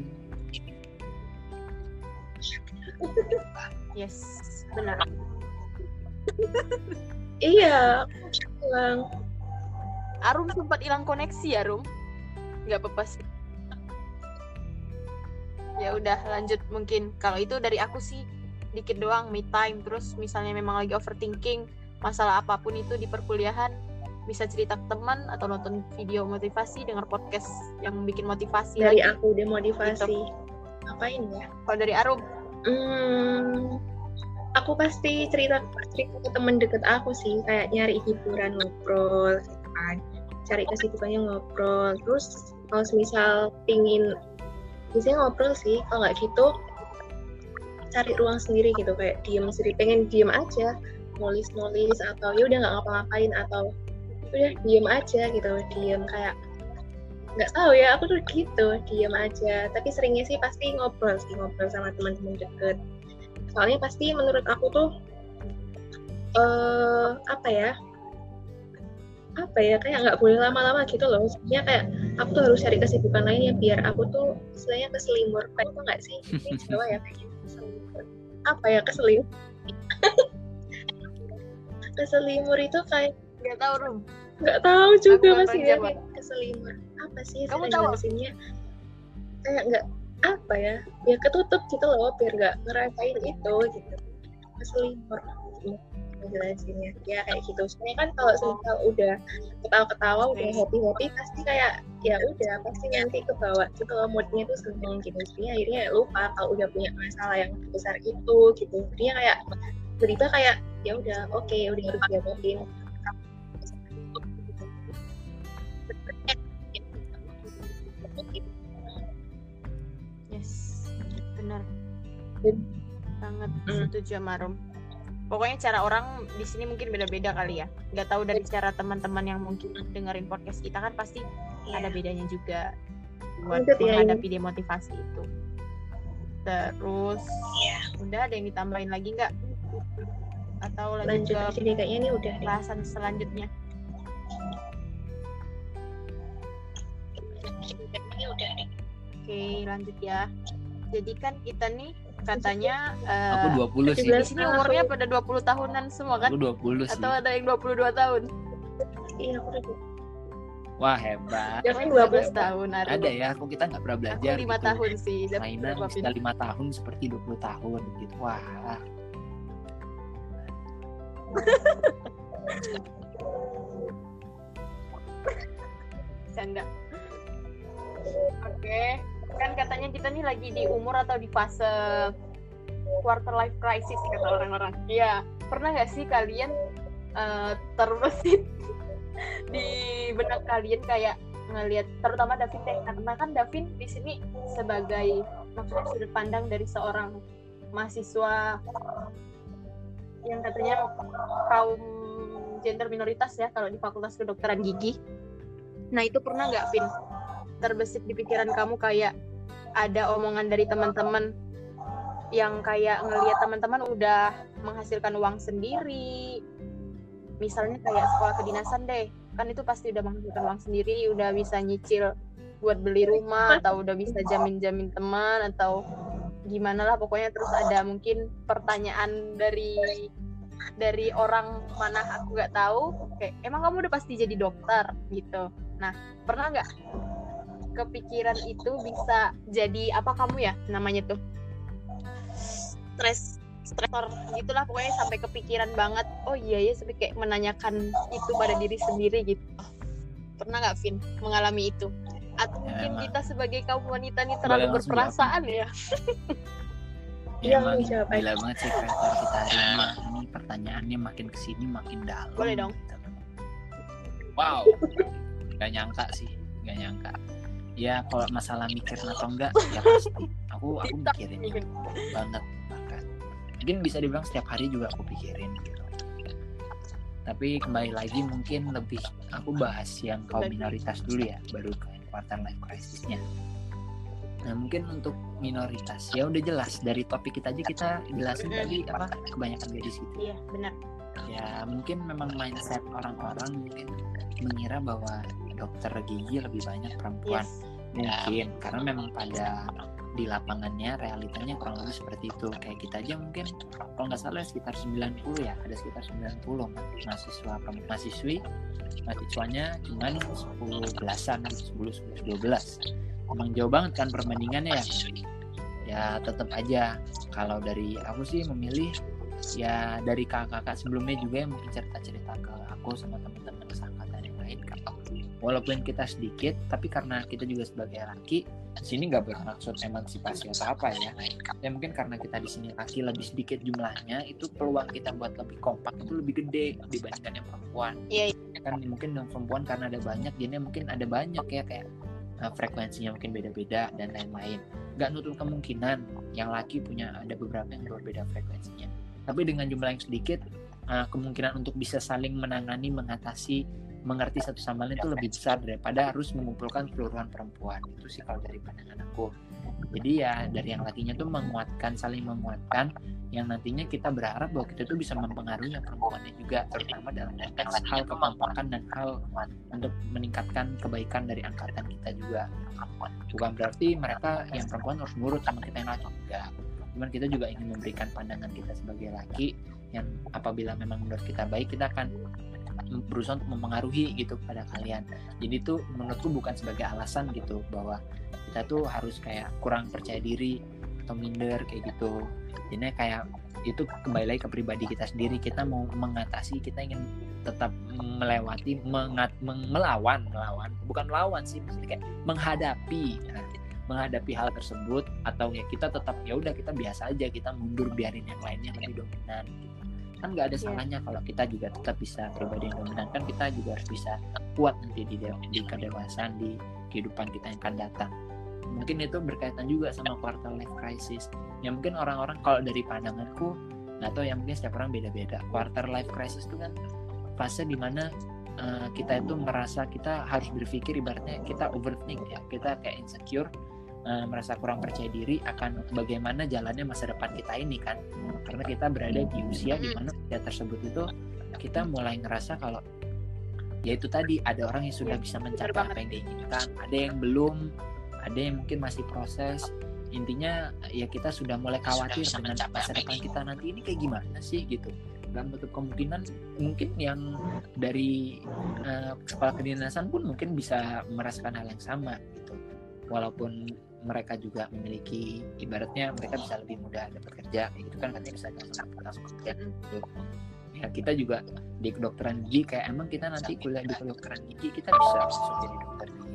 A: Yes, benar.
B: Iya, hilang.
A: Arum sempat hilang koneksi ya, Rum? Nggak apa-apa sih. Ya udah lanjut, mungkin kalau itu dari aku sih dikit doang, me time. Terus misalnya memang lagi overthinking masalah apapun itu di perkuliahan, bisa cerita ke teman atau nonton video motivasi, dengar podcast yang bikin motivasi.
B: Dari
A: lagi.
B: aku udah motivasi.
A: Gitu.
B: Apain ya?
A: Kalau dari Arum?
B: Aku pasti cerita ke teman deket aku sih, kayak nyari hiburan, ngobrol gitu kan, cari kesibukannya ngobrol. Terus kalau misal pingin, biasanya ngobrol sih, kalau nggak gitu cari ruang sendiri gitu, kayak diem sendiri, pengen diem aja, nulis atau ya udah nggak ngapa-ngapain, atau udah diem aja gitu, diem kayak nggak tahu ya, aku tuh gitu, diem aja. Tapi seringnya sih pasti ngobrol sama teman-teman deket. Soalnya pasti menurut aku tuh apa ya kayak nggak boleh lama-lama gitu loh. Sebenarnya kayak aku tuh harus cari kesibukan lainnya biar aku tuh istilahnya keselimur. Kayak itu nggak sih? Ini Jawa ya kayak keselimur. Apa ya keselimur? Keselimur itu kayak
A: Nggak tahu, Rum.
B: nggak tahu juga
A: Aku
B: masih
A: nggak
B: ya kayak keselimur. Apa sih?
A: Kamu tahu?
B: Jelasinnya kayak nggak apa ya ketutup gitu loh, biar nggak ngerasain itu gitu, keselimur jelasinnya ya kayak gitu. Soalnya kan kalau misal udah ketawa-ketawa, udah happy pasti kayak ya udah pasti nanti ke bawah gitu loh, moodnya tuh seneng gitu. Jadi akhirnya lupa kalau udah punya masalah yang besar itu gitu. Jadi kayak tiba-tiba kayak ya udah oke, udah harus dihadapin.
A: Yes, benar. Sangat setuju sama Rum. Pokoknya cara orang di sini mungkin beda-beda kali ya. Nggak tahu dari cara teman-teman yang mungkin dengerin podcast kita kan pasti ada bedanya juga buat menghadapi demotivasi itu. Terus udah ada yang ditambahin lagi nggak? Atau lanjut ke
B: kayaknya ini udah
A: bahasan selanjutnya? Oke, lanjut ya. Jadi kan kita nih katanya
C: aku 20 sih.
A: Di sini umurnya pada 20 tahunan semua kan?
C: Aku 20 sih.
A: Atau ada yang 22 tahun?
B: Iya, aku udah.
C: Wah, hebat.
B: Davin
A: 12 tahun.
C: Ada ya, kok kita nggak pernah belajar.
A: Aku 5
C: gitu.
A: tahun sih.
C: Mainan sudah 5 tahun seperti 20 tahun gitu. Wah.
A: Canda. Oke. Kan katanya kita nih lagi di umur atau di fase quarter life crisis kata orang-orang. Iya. Pernah nggak sih kalian terbesit di benak kalian kayak ngelihat, terutama Davin deh, karena kan Davin di sini sebagai maksudnya sudut pandang dari seorang mahasiswa yang katanya kaum gender minoritas ya kalau di Fakultas Kedokteran Gigi. Nah itu pernah nggak, Vin, terbesit di pikiran kamu kayak ada omongan dari teman-teman yang kayak ngelihat teman-teman udah menghasilkan uang sendiri, misalnya kayak sekolah kedinasan deh, kan itu pasti udah menghasilkan uang sendiri, udah bisa nyicil buat beli rumah, atau udah bisa jamin-jamin teman, atau gimana lah pokoknya. Terus ada mungkin pertanyaan dari orang mana aku nggak tahu, kayak emang kamu udah pasti jadi dokter gitu. Nah pernah nggak kepikiran itu bisa jadi apa kamu ya namanya tuh, stresor gitulah pokoknya, sampai kepikiran banget, oh iya ya, sampai kayak menanyakan itu pada diri sendiri gitu. Pernah nggak, Vin, mengalami itu? Atau mungkin kita sebagai kaum wanita nih terlalu berperasaan ya?
C: Ya emang gila banget sih kreator kita hari ini. Ini pertanyaannya makin kesini makin dalam.
A: Boleh dong.
C: Wow, gak nyangka sih, gak nyangka. Ya kalau masalah mikir atau enggak, ya pasti. Aku mikirin banget. Mungkin bisa dibilang setiap hari juga aku pikirin gitu. Tapi kembali lagi mungkin lebih aku bahas yang kaum minoritas dulu ya, baru ke quarter life crisisnya. Nah mungkin untuk minoritas ya udah jelas dari topik kita aja kita jelasin tadi apa kebanyakan dari situ.
A: Iya benar.
C: Ya mungkin memang mindset orang-orang mungkin mengira bahwa dokter gigi lebih banyak perempuan. Mungkin karena memang pada di lapangannya realitanya kurang lebih seperti itu. Kayak kita aja mungkin kalau nggak salah sekitar 90 ya, ada sekitar 90 mahasiswanya cuman 10 belasan, 10-12. Emang jauh banget kan perbandingannya ya. Ya tetap aja kalau dari aku sih memilih ya dari kakak-kakak sebelumnya juga yang mungkin cerita-cerita ke aku sama teman-teman seangkatan yang lain kan. Walaupun kita sedikit, tapi karena kita juga sebagai laki, sini nggak bermaksud emansipasi atau apa ya. Ya mungkin karena kita di sini laki lebih sedikit jumlahnya, itu peluang kita buat lebih kompak itu lebih gede dibandingkan yang perempuan.
A: Iya.
C: Kan mungkin yang perempuan karena ada banyak, jadi mungkin ada banyak ya kayak frekuensinya mungkin beda-beda dan lain-lain. Nggak nutup kemungkinan yang laki punya ada beberapa yang berbeda frekuensinya. Tapi dengan jumlah yang sedikit, kemungkinan untuk bisa saling menangani, mengerti satu sama lain itu lebih besar daripada harus mengumpulkan keseluruhan perempuan. Itu sih kalau dari pandangan aku. Jadi ya dari yang lakinya tuh saling menguatkan, yang nantinya kita berharap bahwa kita tuh bisa mempengaruhi yang perempuannya juga, terutama dalam konteks hal kekompakan dan hal untuk meningkatkan kebaikan dari angkatan kita juga. Bukan berarti mereka yang perempuan harus nurut sama kita yang laki, enggak. Cuman kita juga ingin memberikan pandangan kita sebagai laki yang apabila memang menurut kita baik, kita akan berusaha untuk mempengaruhi gitu pada kalian. Jadi itu menurutku bukan sebagai alasan gitu bahwa kita tuh harus kayak kurang percaya diri atau minder kayak gitu. Jadi kayak itu kembali lagi ke pribadi kita sendiri. Kita mau mengatasi, kita ingin tetap melewati, melawan, bukan melawan sih, maksudnya kayak menghadapi. Menghadapi hal tersebut, atau ya kita tetap ya udah kita biasa aja, kita mundur biarin yang lainnya lebih dominan gitu. Kan nggak ada salahnya kalau kita juga tetap bisa pribadi yang dominan, kan kita juga harus bisa kuat nanti di kedewasaan, di kehidupan kita yang akan datang. Mungkin itu berkaitan juga sama quarter life crisis. Ya mungkin orang-orang kalau dari pandanganku nggak tahu ya, mungkin setiap orang beda-beda. Quarter life crisis itu kan fase dimana kita itu merasa kita harus berpikir, ibaratnya kita overthink ya, kita kayak insecure, merasa kurang percaya diri akan bagaimana jalannya masa depan kita ini kan, karena kita berada di usia di mana usia tersebut itu kita mulai ngerasa kalau ya itu tadi ada orang yang sudah bisa mencapai apa yang diinginkan, ada yang belum, ada yang mungkin masih proses. Intinya ya kita sudah mulai khawatir dengan masa depan kita nanti ini kayak gimana sih gitu. Dan bentuk kemungkinan mungkin yang dari sekolah kedinasan pun mungkin bisa merasakan hal yang sama gitu, walaupun mereka juga memiliki, ibaratnya mereka bisa lebih mudah dapat kerja gitu kan, katanya bisa langsung kerja gitu. Ya kita juga di kedokteran gigi kayak emang kita nanti kuliah di kedokteran gigi kita bisa langsung jadi dokter gigi,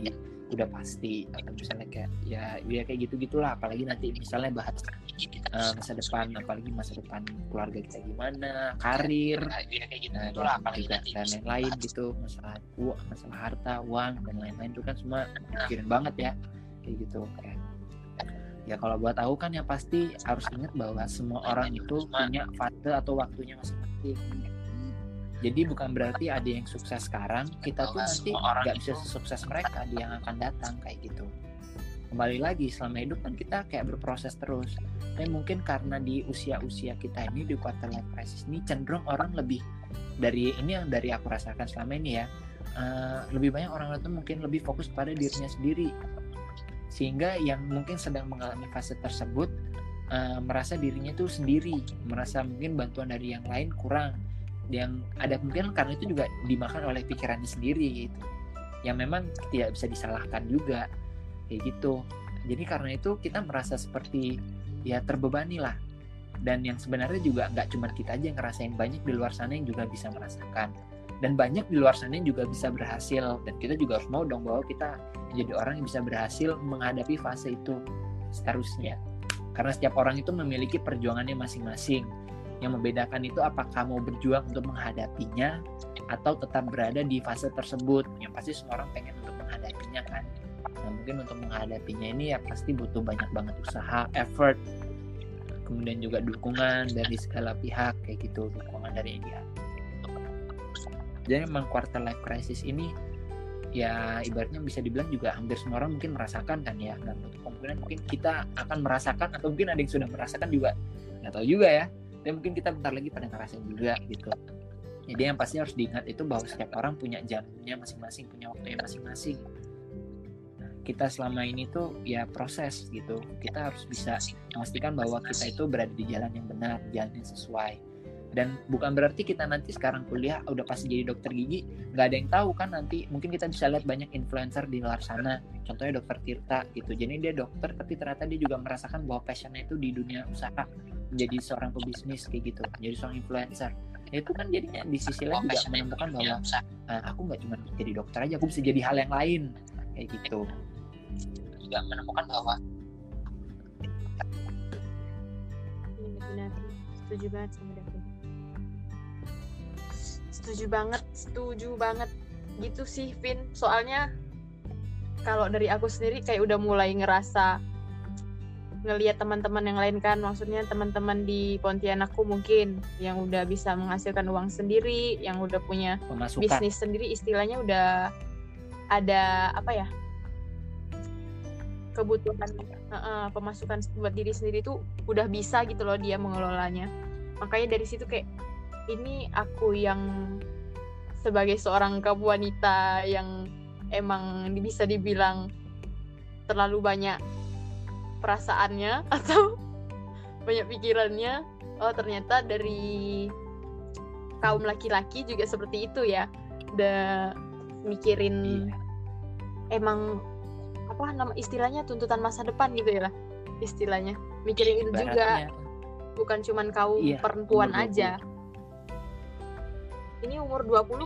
C: udah pasti, atau misalnya kayak ya kayak gitu-gitulah. Apalagi nanti misalnya bahas masa depan, apalagi masa depan keluarga kita gimana, karir, apalagi dan lain-lain gitu, masalah harta, uang dan lain-lain itu kan semua mikirin banget ya kayak gitu. Ya kalau buat aku kan yang pasti harus ingat bahwa semua orang itu punya fase atau waktunya masing-masing. Jadi bukan berarti ada yang sukses sekarang, kita tuh nanti nggak bisa sesukses mereka di yang akan datang kayak gitu. Kembali lagi, selama hidup kan kita kayak berproses terus. Dan mungkin karena di usia-usia kita ini, di quarter life crisis ini, cenderung orang lebih dari ini yang dari aku rasakan selama ini ya, lebih banyak orang itu mungkin lebih fokus pada dirinya sendiri. Sehingga yang mungkin sedang mengalami fase tersebut merasa dirinya itu sendiri, merasa mungkin bantuan dari yang lain kurang. Yang ada mungkin karena itu juga dimakan oleh pikirannya sendiri gitu, yang memang tidak bisa disalahkan juga kayak gitu. Jadi karena itu kita merasa seperti ya terbebani lah, dan yang sebenarnya juga nggak cuma kita aja yang ngerasain, banyak di luar sana yang juga bisa merasakan, dan banyak di luar sana yang juga bisa berhasil. Dan kita juga harus mau dong bahwa kita menjadi orang yang bisa berhasil menghadapi fase itu seterusnya, karena setiap orang itu memiliki perjuangannya masing-masing. Yang membedakan itu apakah mau berjuang untuk menghadapinya atau tetap berada di fase tersebut. Yang pasti semua orang pengen untuk menghadapinya kan. Nah mungkin untuk menghadapinya ini ya pasti butuh banyak banget usaha, effort, kemudian juga dukungan dari segala pihak kayak gitu, dukungan dari dia. Jadi memang quarter life crisis ini ya ibaratnya bisa dibilang juga hampir semua orang mungkin merasakan kan ya. Dan untuk kemungkinan mungkin kita akan merasakan, atau mungkin ada yang sudah merasakan juga, nggak tahu juga ya. Dan mungkin kita bentar lagi pada ngerasain juga gitu. Jadi yang pasti harus diingat itu bahwa setiap orang punya jamnya masing-masing, punya waktunya masing-masing. Nah, kita selama ini tuh ya proses gitu. Kita harus bisa memastikan bahwa kita itu berada di jalan yang benar, jalan yang sesuai. Dan bukan berarti kita nanti sekarang kuliah udah pasti jadi dokter gigi, nggak ada yang tahu kan nanti. Mungkin kita bisa lihat banyak influencer di luar sana, contohnya dokter Tirta gitu. Jadi dia dokter tapi ternyata dia juga merasakan bahwa passionnya itu di dunia usaha, menjadi seorang pebisnis kayak gitu, menjadi seorang influencer. Itu kan jadinya di sisi lain juga menemukan bahwa aku nggak cuma jadi dokter aja, aku bisa jadi hal yang lain kayak gitu. Juga menemukan bahwa
A: benar, setuju banget sama David. Setuju banget gitu sih Vin. Soalnya kalau dari aku sendiri kayak udah mulai ngerasa ngelihat teman-teman yang lain kan, maksudnya teman-teman di Pontianakku mungkin yang udah bisa menghasilkan uang sendiri, yang udah punya
C: pemasukan,
A: bisnis sendiri, istilahnya udah ada apa ya, kebutuhan pemasukan buat diri sendiri tuh udah bisa gitu loh dia mengelolanya. Makanya dari situ kayak ini aku yang sebagai seorang kaum wanita yang emang bisa dibilang terlalu banyak perasaannya atau banyak pikirannya, oh ternyata dari kaum laki-laki juga seperti itu ya, udah mikirin emang apa nama istilahnya, tuntutan masa depan gitu ya lah istilahnya, mikirin itu juga, bukan cuman kaum perempuan aja. Ini umur 20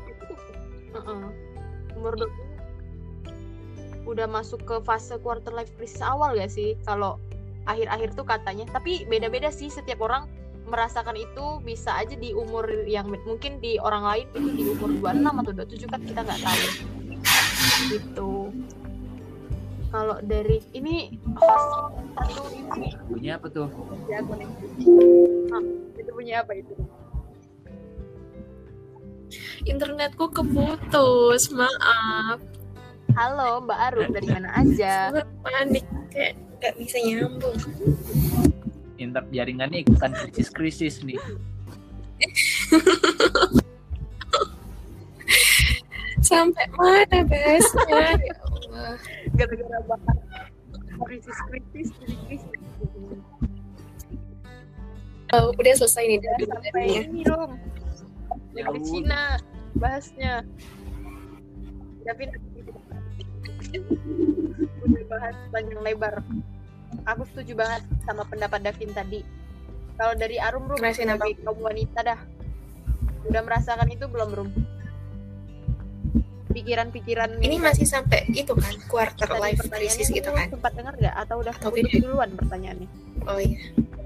A: umur 20 udah masuk ke fase quarter life crisis awal gak sih kalau akhir-akhir tuh katanya. Tapi beda-beda sih, setiap orang merasakan itu, bisa aja di umur yang mungkin di orang lain itu di umur 26 atau 27 kan kita nggak tahu gitu. Kalau dari ini host satu ini
C: punya apa tuh?
A: Ya aku nih. Itu punya apa itu?
D: Internetku keputus, maaf.
A: Halo Mbak Arum, dari mana aja?
D: Panik, kayak gak bisa nyambung.
C: Jaringannya ikutan krisis nih.
D: Sampai mana bahasnya? Ya Allah.
A: Gara-gara bahas krisis.
D: Oh, udah selesai nih.
A: Udah sampai ini dong. Dari Cina bahasnya. Tapi udah bahas panjang lebar. Aku setuju banget sama pendapat Davin tadi. Kalau dari Arum, sebagai kaum wanita dah, udah merasakan itu belum, Rum? pikiran-pikiran
D: Ini masih sampai itu kan quarter life crisis gitu kan?
A: Sempat dengar nggak atau udah putus duluan pertanyaannya?
D: Oh iya.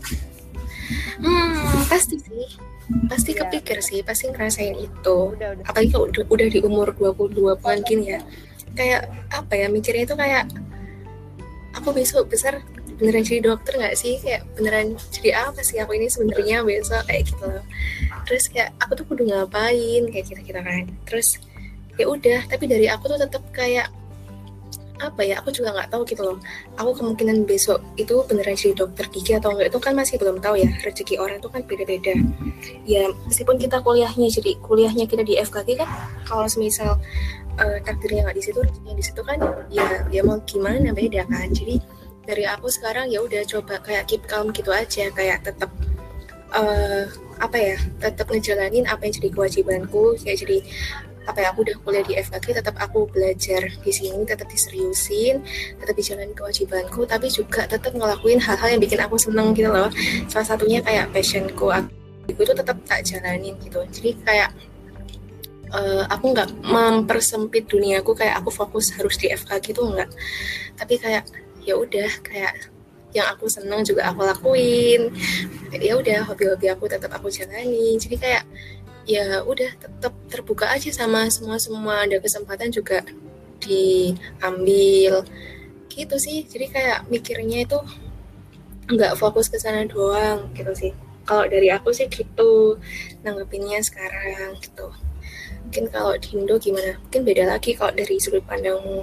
D: Pasti sih. Pasti kepikir sih, pasti ngerasain itu.
A: Udah.
D: Apalagi kalau udah di umur 22 mungkin ya. Kayak apa ya, mikirnya itu kayak aku besok besar beneran jadi dokter nggak sih, kayak beneran jadi apa sih aku ini sebenarnya besok, kayak gitu loh. Terus kayak aku tuh kudu ngapain kayak gitu kan. Terus ya udah, tapi dari aku tuh tetap kayak apa ya, aku juga nggak tahu gitu loh. Aku kemungkinan besok itu beneran jadi dokter gigi atau enggak itu kan masih belum tahu ya. Rezeki orang itu kan beda-beda. Ya meskipun kita kuliahnya kita di FKG kan, kalau semisal takdirnya nggak di situ, rezekinya di situ kan, ya mau gimana, beda kan. Jadi dari aku sekarang ya udah coba kayak keep calm gitu aja, kayak tetap tetap ngejalanin apa yang jadi kewajibanku. Kayak jadi apa ya, aku udah kuliah di FKG, tetap aku belajar di sini, tetap diseriusin, tetap dijalanin kewajibanku, tapi juga tetap ngelakuin hal-hal yang bikin aku seneng gitu loh. Salah satunya kayak passionku, aku itu tetap tak jalanin gitu. Jadi kayak aku nggak mempersempit duniaku, kayak aku fokus harus di FKG itu enggak, tapi kayak ya udah, kayak yang aku senang juga aku lakuin, ya udah hobi-hobi aku tetap aku jalani. Jadi kayak ya udah tetap terbuka aja sama semua ada kesempatan juga diambil gitu sih. Jadi kayak mikirnya itu nggak fokus ke sana doang gitu sih. Kalau dari aku sih gitu nanggepinnya sekarang gitu. Mungkin kalau di Indo gimana? Mungkin beda lagi kalau dari sudut pandangmu.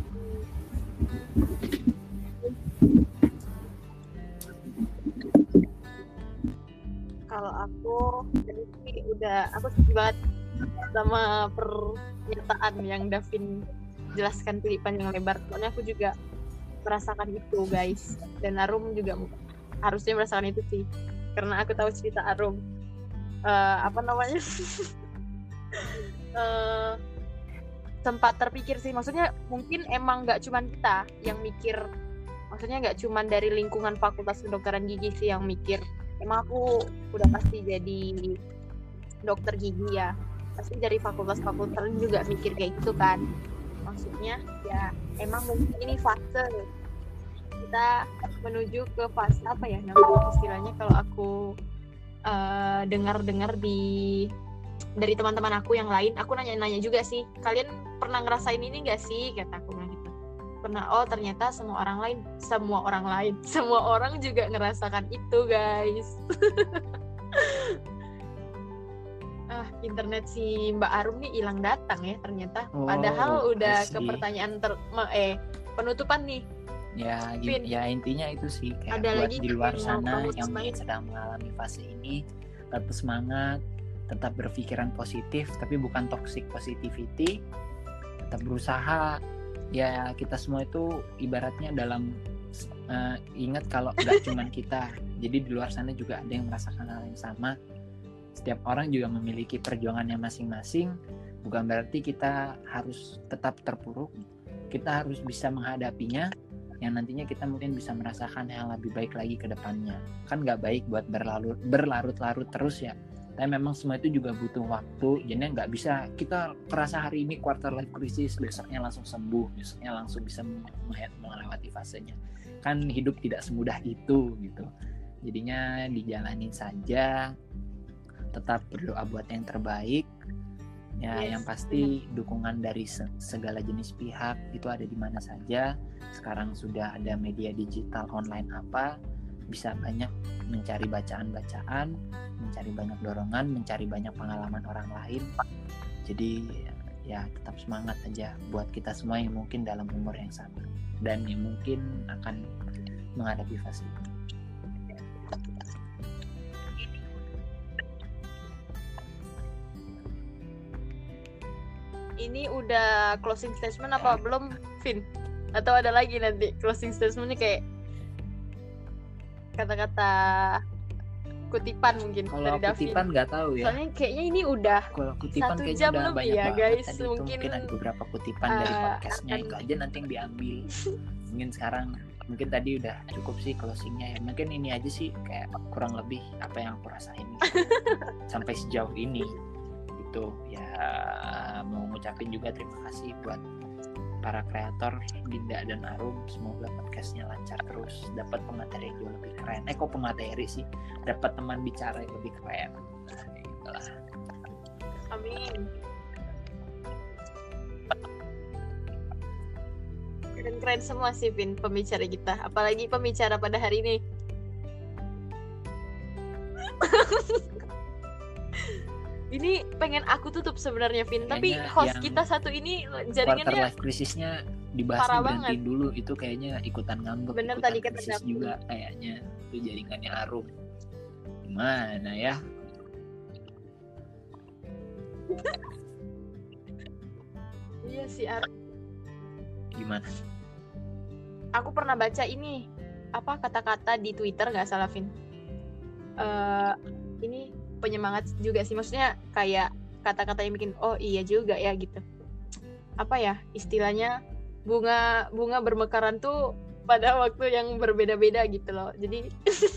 A: Kalau aku jadi aku setuju banget sama pernyataan yang Davin jelaskan tadi panjang lebar. Soalnya aku juga merasakan itu guys, dan Arum juga harusnya merasakan itu sih, karena aku tahu cerita Arum. Sempat terpikir sih, maksudnya mungkin emang nggak cuman kita yang mikir, maksudnya nggak cuman dari lingkungan fakultas kedokteran gigi sih yang mikir emang aku udah pasti jadi dokter gigi ya, pasti dari fakultas-fakultas juga mikir kayak gitu kan. Maksudnya ya emang mungkin ini fase kita menuju ke fase apa ya namanya istilahnya, kalau aku dengar-dengar dari teman-teman aku yang lain, aku nanya-nanya juga sih, kalian pernah ngerasain ini gak sih, kata aku bilang gitu. Pernah. Oh ternyata semua orang juga ngerasakan itu guys. Internet si Mbak Arum nih hilang datang ya ternyata. Padahal udah ke pertanyaan penutupan nih.
C: Ya intinya itu sih, kayak
A: ada
C: buat
A: lagi
C: di luar sana yang mungkin sedang mengalami fase ini, tetap semangat, tetap berpikiran positif, tapi bukan toxic positivity, tetap berusaha. Ya kita semua itu ibaratnya dalam ingat kalau nggak cuman kita, jadi di luar sana juga ada yang merasakan hal yang sama. Setiap orang juga memiliki perjuangannya masing-masing, bukan berarti kita harus tetap terpuruk. Kita harus bisa menghadapinya, yang nantinya kita mungkin bisa merasakan yang lebih baik lagi ke depannya. Kan nggak baik buat berlarut-larut terus ya. Tapi memang semua itu juga butuh waktu, jadi nggak bisa kita kerasa hari ini quarter life crisis, besoknya langsung sembuh, besoknya langsung bisa melewati fasenya. Kan hidup tidak semudah itu gitu. Jadinya dijalanin saja, tetap berdoa buat yang terbaik. Ya, yang pasti dukungan dari segala jenis pihak itu ada di mana saja. Sekarang sudah ada media digital online bisa banyak mencari bacaan-bacaan, mencari banyak dorongan, mencari banyak pengalaman orang lain. Jadi ya tetap semangat aja buat kita semua yang mungkin dalam umur yang sama dan yang mungkin akan menghadapi fase itu.
A: Ini udah closing statement apa belum, Vin? Atau ada lagi nanti closing statement-nya kayak kata-kata kutipan mungkin
C: kalau
A: dari Davin.
C: Kutipan nggak tahu ya.
A: Soalnya kayaknya ini udah
C: kalau kutipan
A: 1 jam
C: udah
A: lebih
C: banyak
A: ya guys.
C: Tadi
A: mungkin
C: ada beberapa kutipan dari podcastnya itu aja nanti yang diambil. Mungkin sekarang tadi udah cukup sih closingnya ya. Mungkin ini aja sih kayak kurang lebih apa yang aku rasain sampai sejauh ini. Gitu. gitu ya. Mau ngucapin juga terima kasih buat para kreator Dinda dan Arum, semoga podcastnya lancar terus, dapat pemateri yang jauh lebih keren. Kok pemateri sih, dapat teman bicara yang lebih keren. Nah, itulah.
A: Amin. Keren-keren semua sih Vin pembicara kita, apalagi pembicara pada hari ini. Ini pengen aku tutup sebenarnya Vin, tapi host kita satu ini jaringannya
C: quarter life krisisnya dibahas berhentiin dulu, itu kayaknya ikutan ngambek.
A: Bener
C: ikutan
A: tadi kata
C: krisis juga kayaknya itu jaringannya Arum. Gimana ya?
A: Iya sih Arum.
C: Gimana?
A: Aku pernah baca ini apa kata-kata di Twitter nggak salah Vin. Ini penyemangat juga sih, maksudnya kayak kata-kata yang bikin oh iya juga ya gitu. Apa ya istilahnya, bunga bermekaran tuh pada waktu yang berbeda-beda gitu loh. Jadi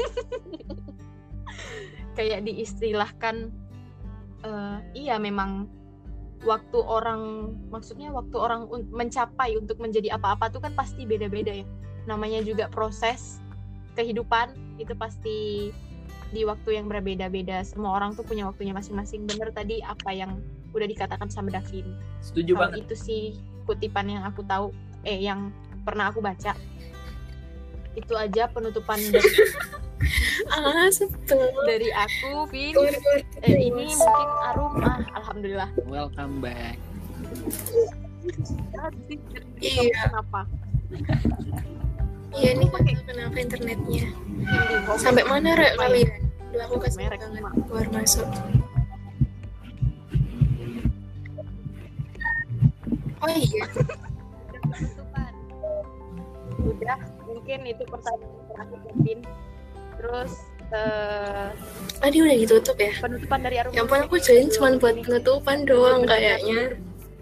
A: kayak diistilahkan iya memang waktu orang mencapai untuk menjadi apa-apa tuh kan pasti beda-beda ya. Namanya juga proses kehidupan itu pasti di waktu yang berbeda-beda. Semua orang tuh punya waktunya masing-masing. Bener tadi apa yang udah dikatakan sama Davin.
C: Setuju banget.
A: Itu sih kutipan yang aku tahu, yang pernah aku baca. Itu aja penutupan dari aku, Vin. Ini mungkin Arum, alhamdulillah.
C: Welcome back.
B: Iya.
A: Kenapa?
D: Iya nih kenapa internetnya sampai mana Rek kalian? Duh, aku kasih
A: merek
D: banget keluar masuk. Oh iya.
A: Udah, mungkin itu pertanyaan terakhir Vin. Terus
D: dia udah ditutup ya?
A: Penutupan dari Arum.
D: Ya ampun, aku join cuma buat penutupan doang kayaknya.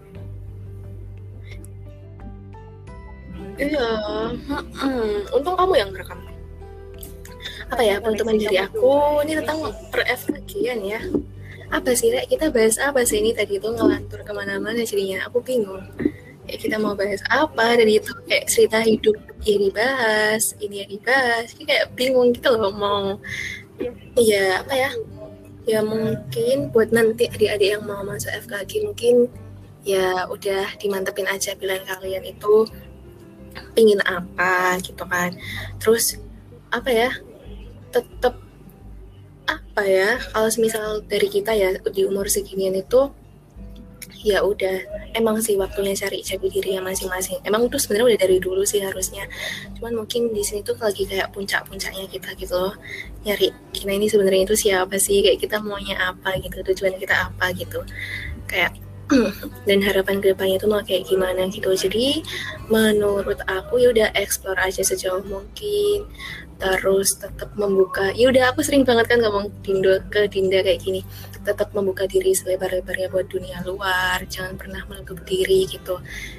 D: Iya, untung kamu yang merekam. Apa ya penutupan dari aku ini tentang per-FKG-an ya. Apa sih Rek, kita bahas apa sih ini tadi itu ngelantur kemana-mana jadinya aku bingung. Kayak kita mau bahas apa dari itu, kayak cerita hidup ya dibahas, ini ya dibahas, kayak bingung gitu loh mau. Iya apa ya? Ya mungkin buat nanti adik-adik yang mau masuk FKG mungkin ya udah dimantepin aja pilihan kalian itu pingin apa gitu kan. Terus apa ya, tetap apa ya, kalau misal dari kita ya di umur seginian itu ya udah emang sih waktunya cari jati dirinya masing-masing. Emang itu sebenarnya udah dari dulu sih harusnya, cuman mungkin di sini tuh lagi kayak puncak-puncaknya kita gitu loh, nyari kita ini sebenarnya itu siapa sih, kayak kita maunya apa gitu, tujuan kita apa gitu, kayak dan harapan kedepannya tuh mau kayak gimana gitu. Jadi menurut aku ya udah explore aja sejauh mungkin, terus tetap membuka, ya udah aku sering banget kan ngomong ke Dinda kayak gini, tetap membuka diri selebar-lebarnya buat dunia luar, jangan pernah menutup diri gitu.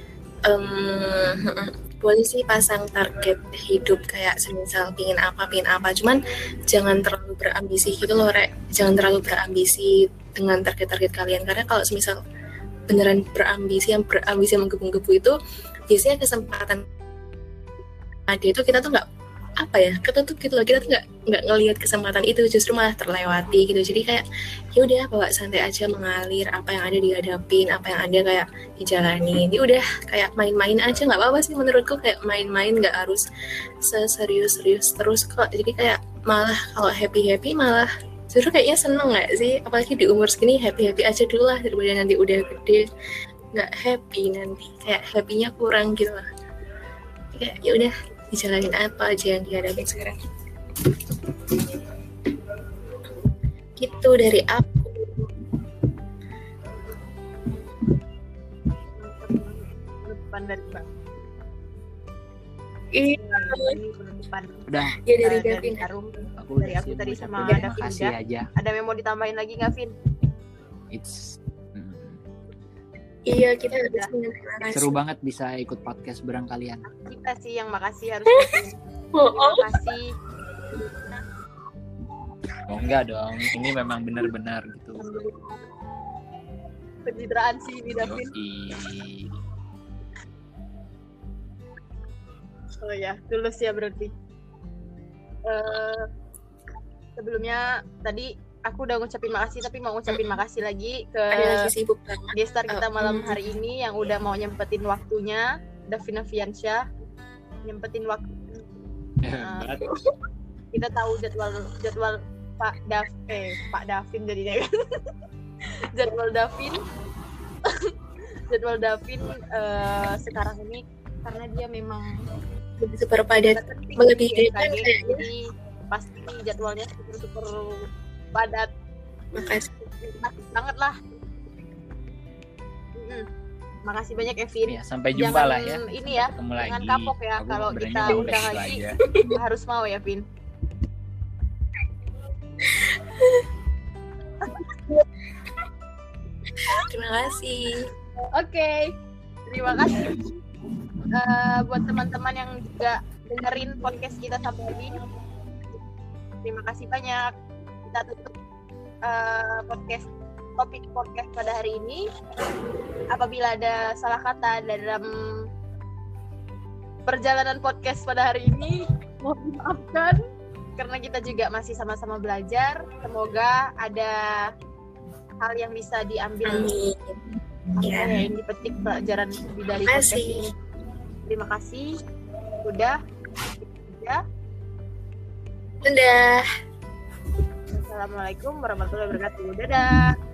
D: Boleh sih pasang target hidup kayak semisal pingin apa, cuman jangan terlalu berambisi gitu loh Rek, jangan terlalu berambisi dengan target-target kalian, karena kalau semisal beneran berambisi menggebu-gebu itu biasanya kesempatan ada itu kita tuh nggak apa ya, ketutup gitu loh, kita tuh nggak ngelihat kesempatan itu, justru malah terlewati gitu. Jadi kayak ya udah bawa santai aja, mengalir, apa yang ada dihadapin, apa yang ada kayak dijalani. Ini udah kayak main-main aja, nggak apa-apa sih menurutku, kayak main-main, nggak harus serius terus kok. Jadi kayak malah kalau happy malah justru kayaknya seneng nggak sih, apalagi di umur segini happy aja dulu lah, daripada nanti udah gede nggak happy, nanti kayak happynya kurang gitu lah. Kayak ya udah dijalanin apa aja yang dihadapin sekarang. Gitu dari aku.
A: Penutupan dari Mbak.
D: Iya.
A: Penutupan.
C: Udah.
D: Ya dari Davin.
A: Arum.
C: Aku
A: dari aku tadi sama
C: Davin
A: udah.
C: aja.
A: Ada yang mau ditambahin lagi nggak, Vin?
D: Iya, kita udah
C: seru banget bisa ikut podcast bareng kalian.
A: Kita sih yang makasih harus terima kasih.
C: Oh enggak dong, ini memang benar-benar gitu.
A: pencitraan sih di Davin. Oh ya, tulus ya berarti. Sebelumnya tadi aku udah ngucapin makasih, tapi mau ngucapin makasih lagi ke gestar kita malam hari ini yang udah mau nyempetin waktunya, Davina Fiansyah, nyempetin waktu. Kita tahu jadwal Pak Davin jadinya. jadwal Davin sekarang ini karena dia memang
D: super padat, melebihi kan
A: jadi pasti jadwalnya super padat.
D: Makasih
A: banget lah. Makasih banyak Evin.
C: Ya, sampai jumpa lah ya.
A: Ini ya, jangan kapok ya kalau kita undang lagi. Harus mau ya, Vin.
D: Terima kasih.
A: Oke. Terima kasih buat teman-teman yang juga dengerin podcast kita sampai ini. Terima kasih banyak. Kita tutup topik podcast pada hari ini. Apabila ada salah kata dalam perjalanan podcast pada hari ini, mohon dimaafkan karena kita juga masih sama-sama belajar. Semoga ada hal yang bisa diambil yang dipetik pelajaran dari podcast ini. Terima kasih. Udah.
D: Dadah.
A: Assalamualaikum warahmatullahi wabarakatuh. Dadah.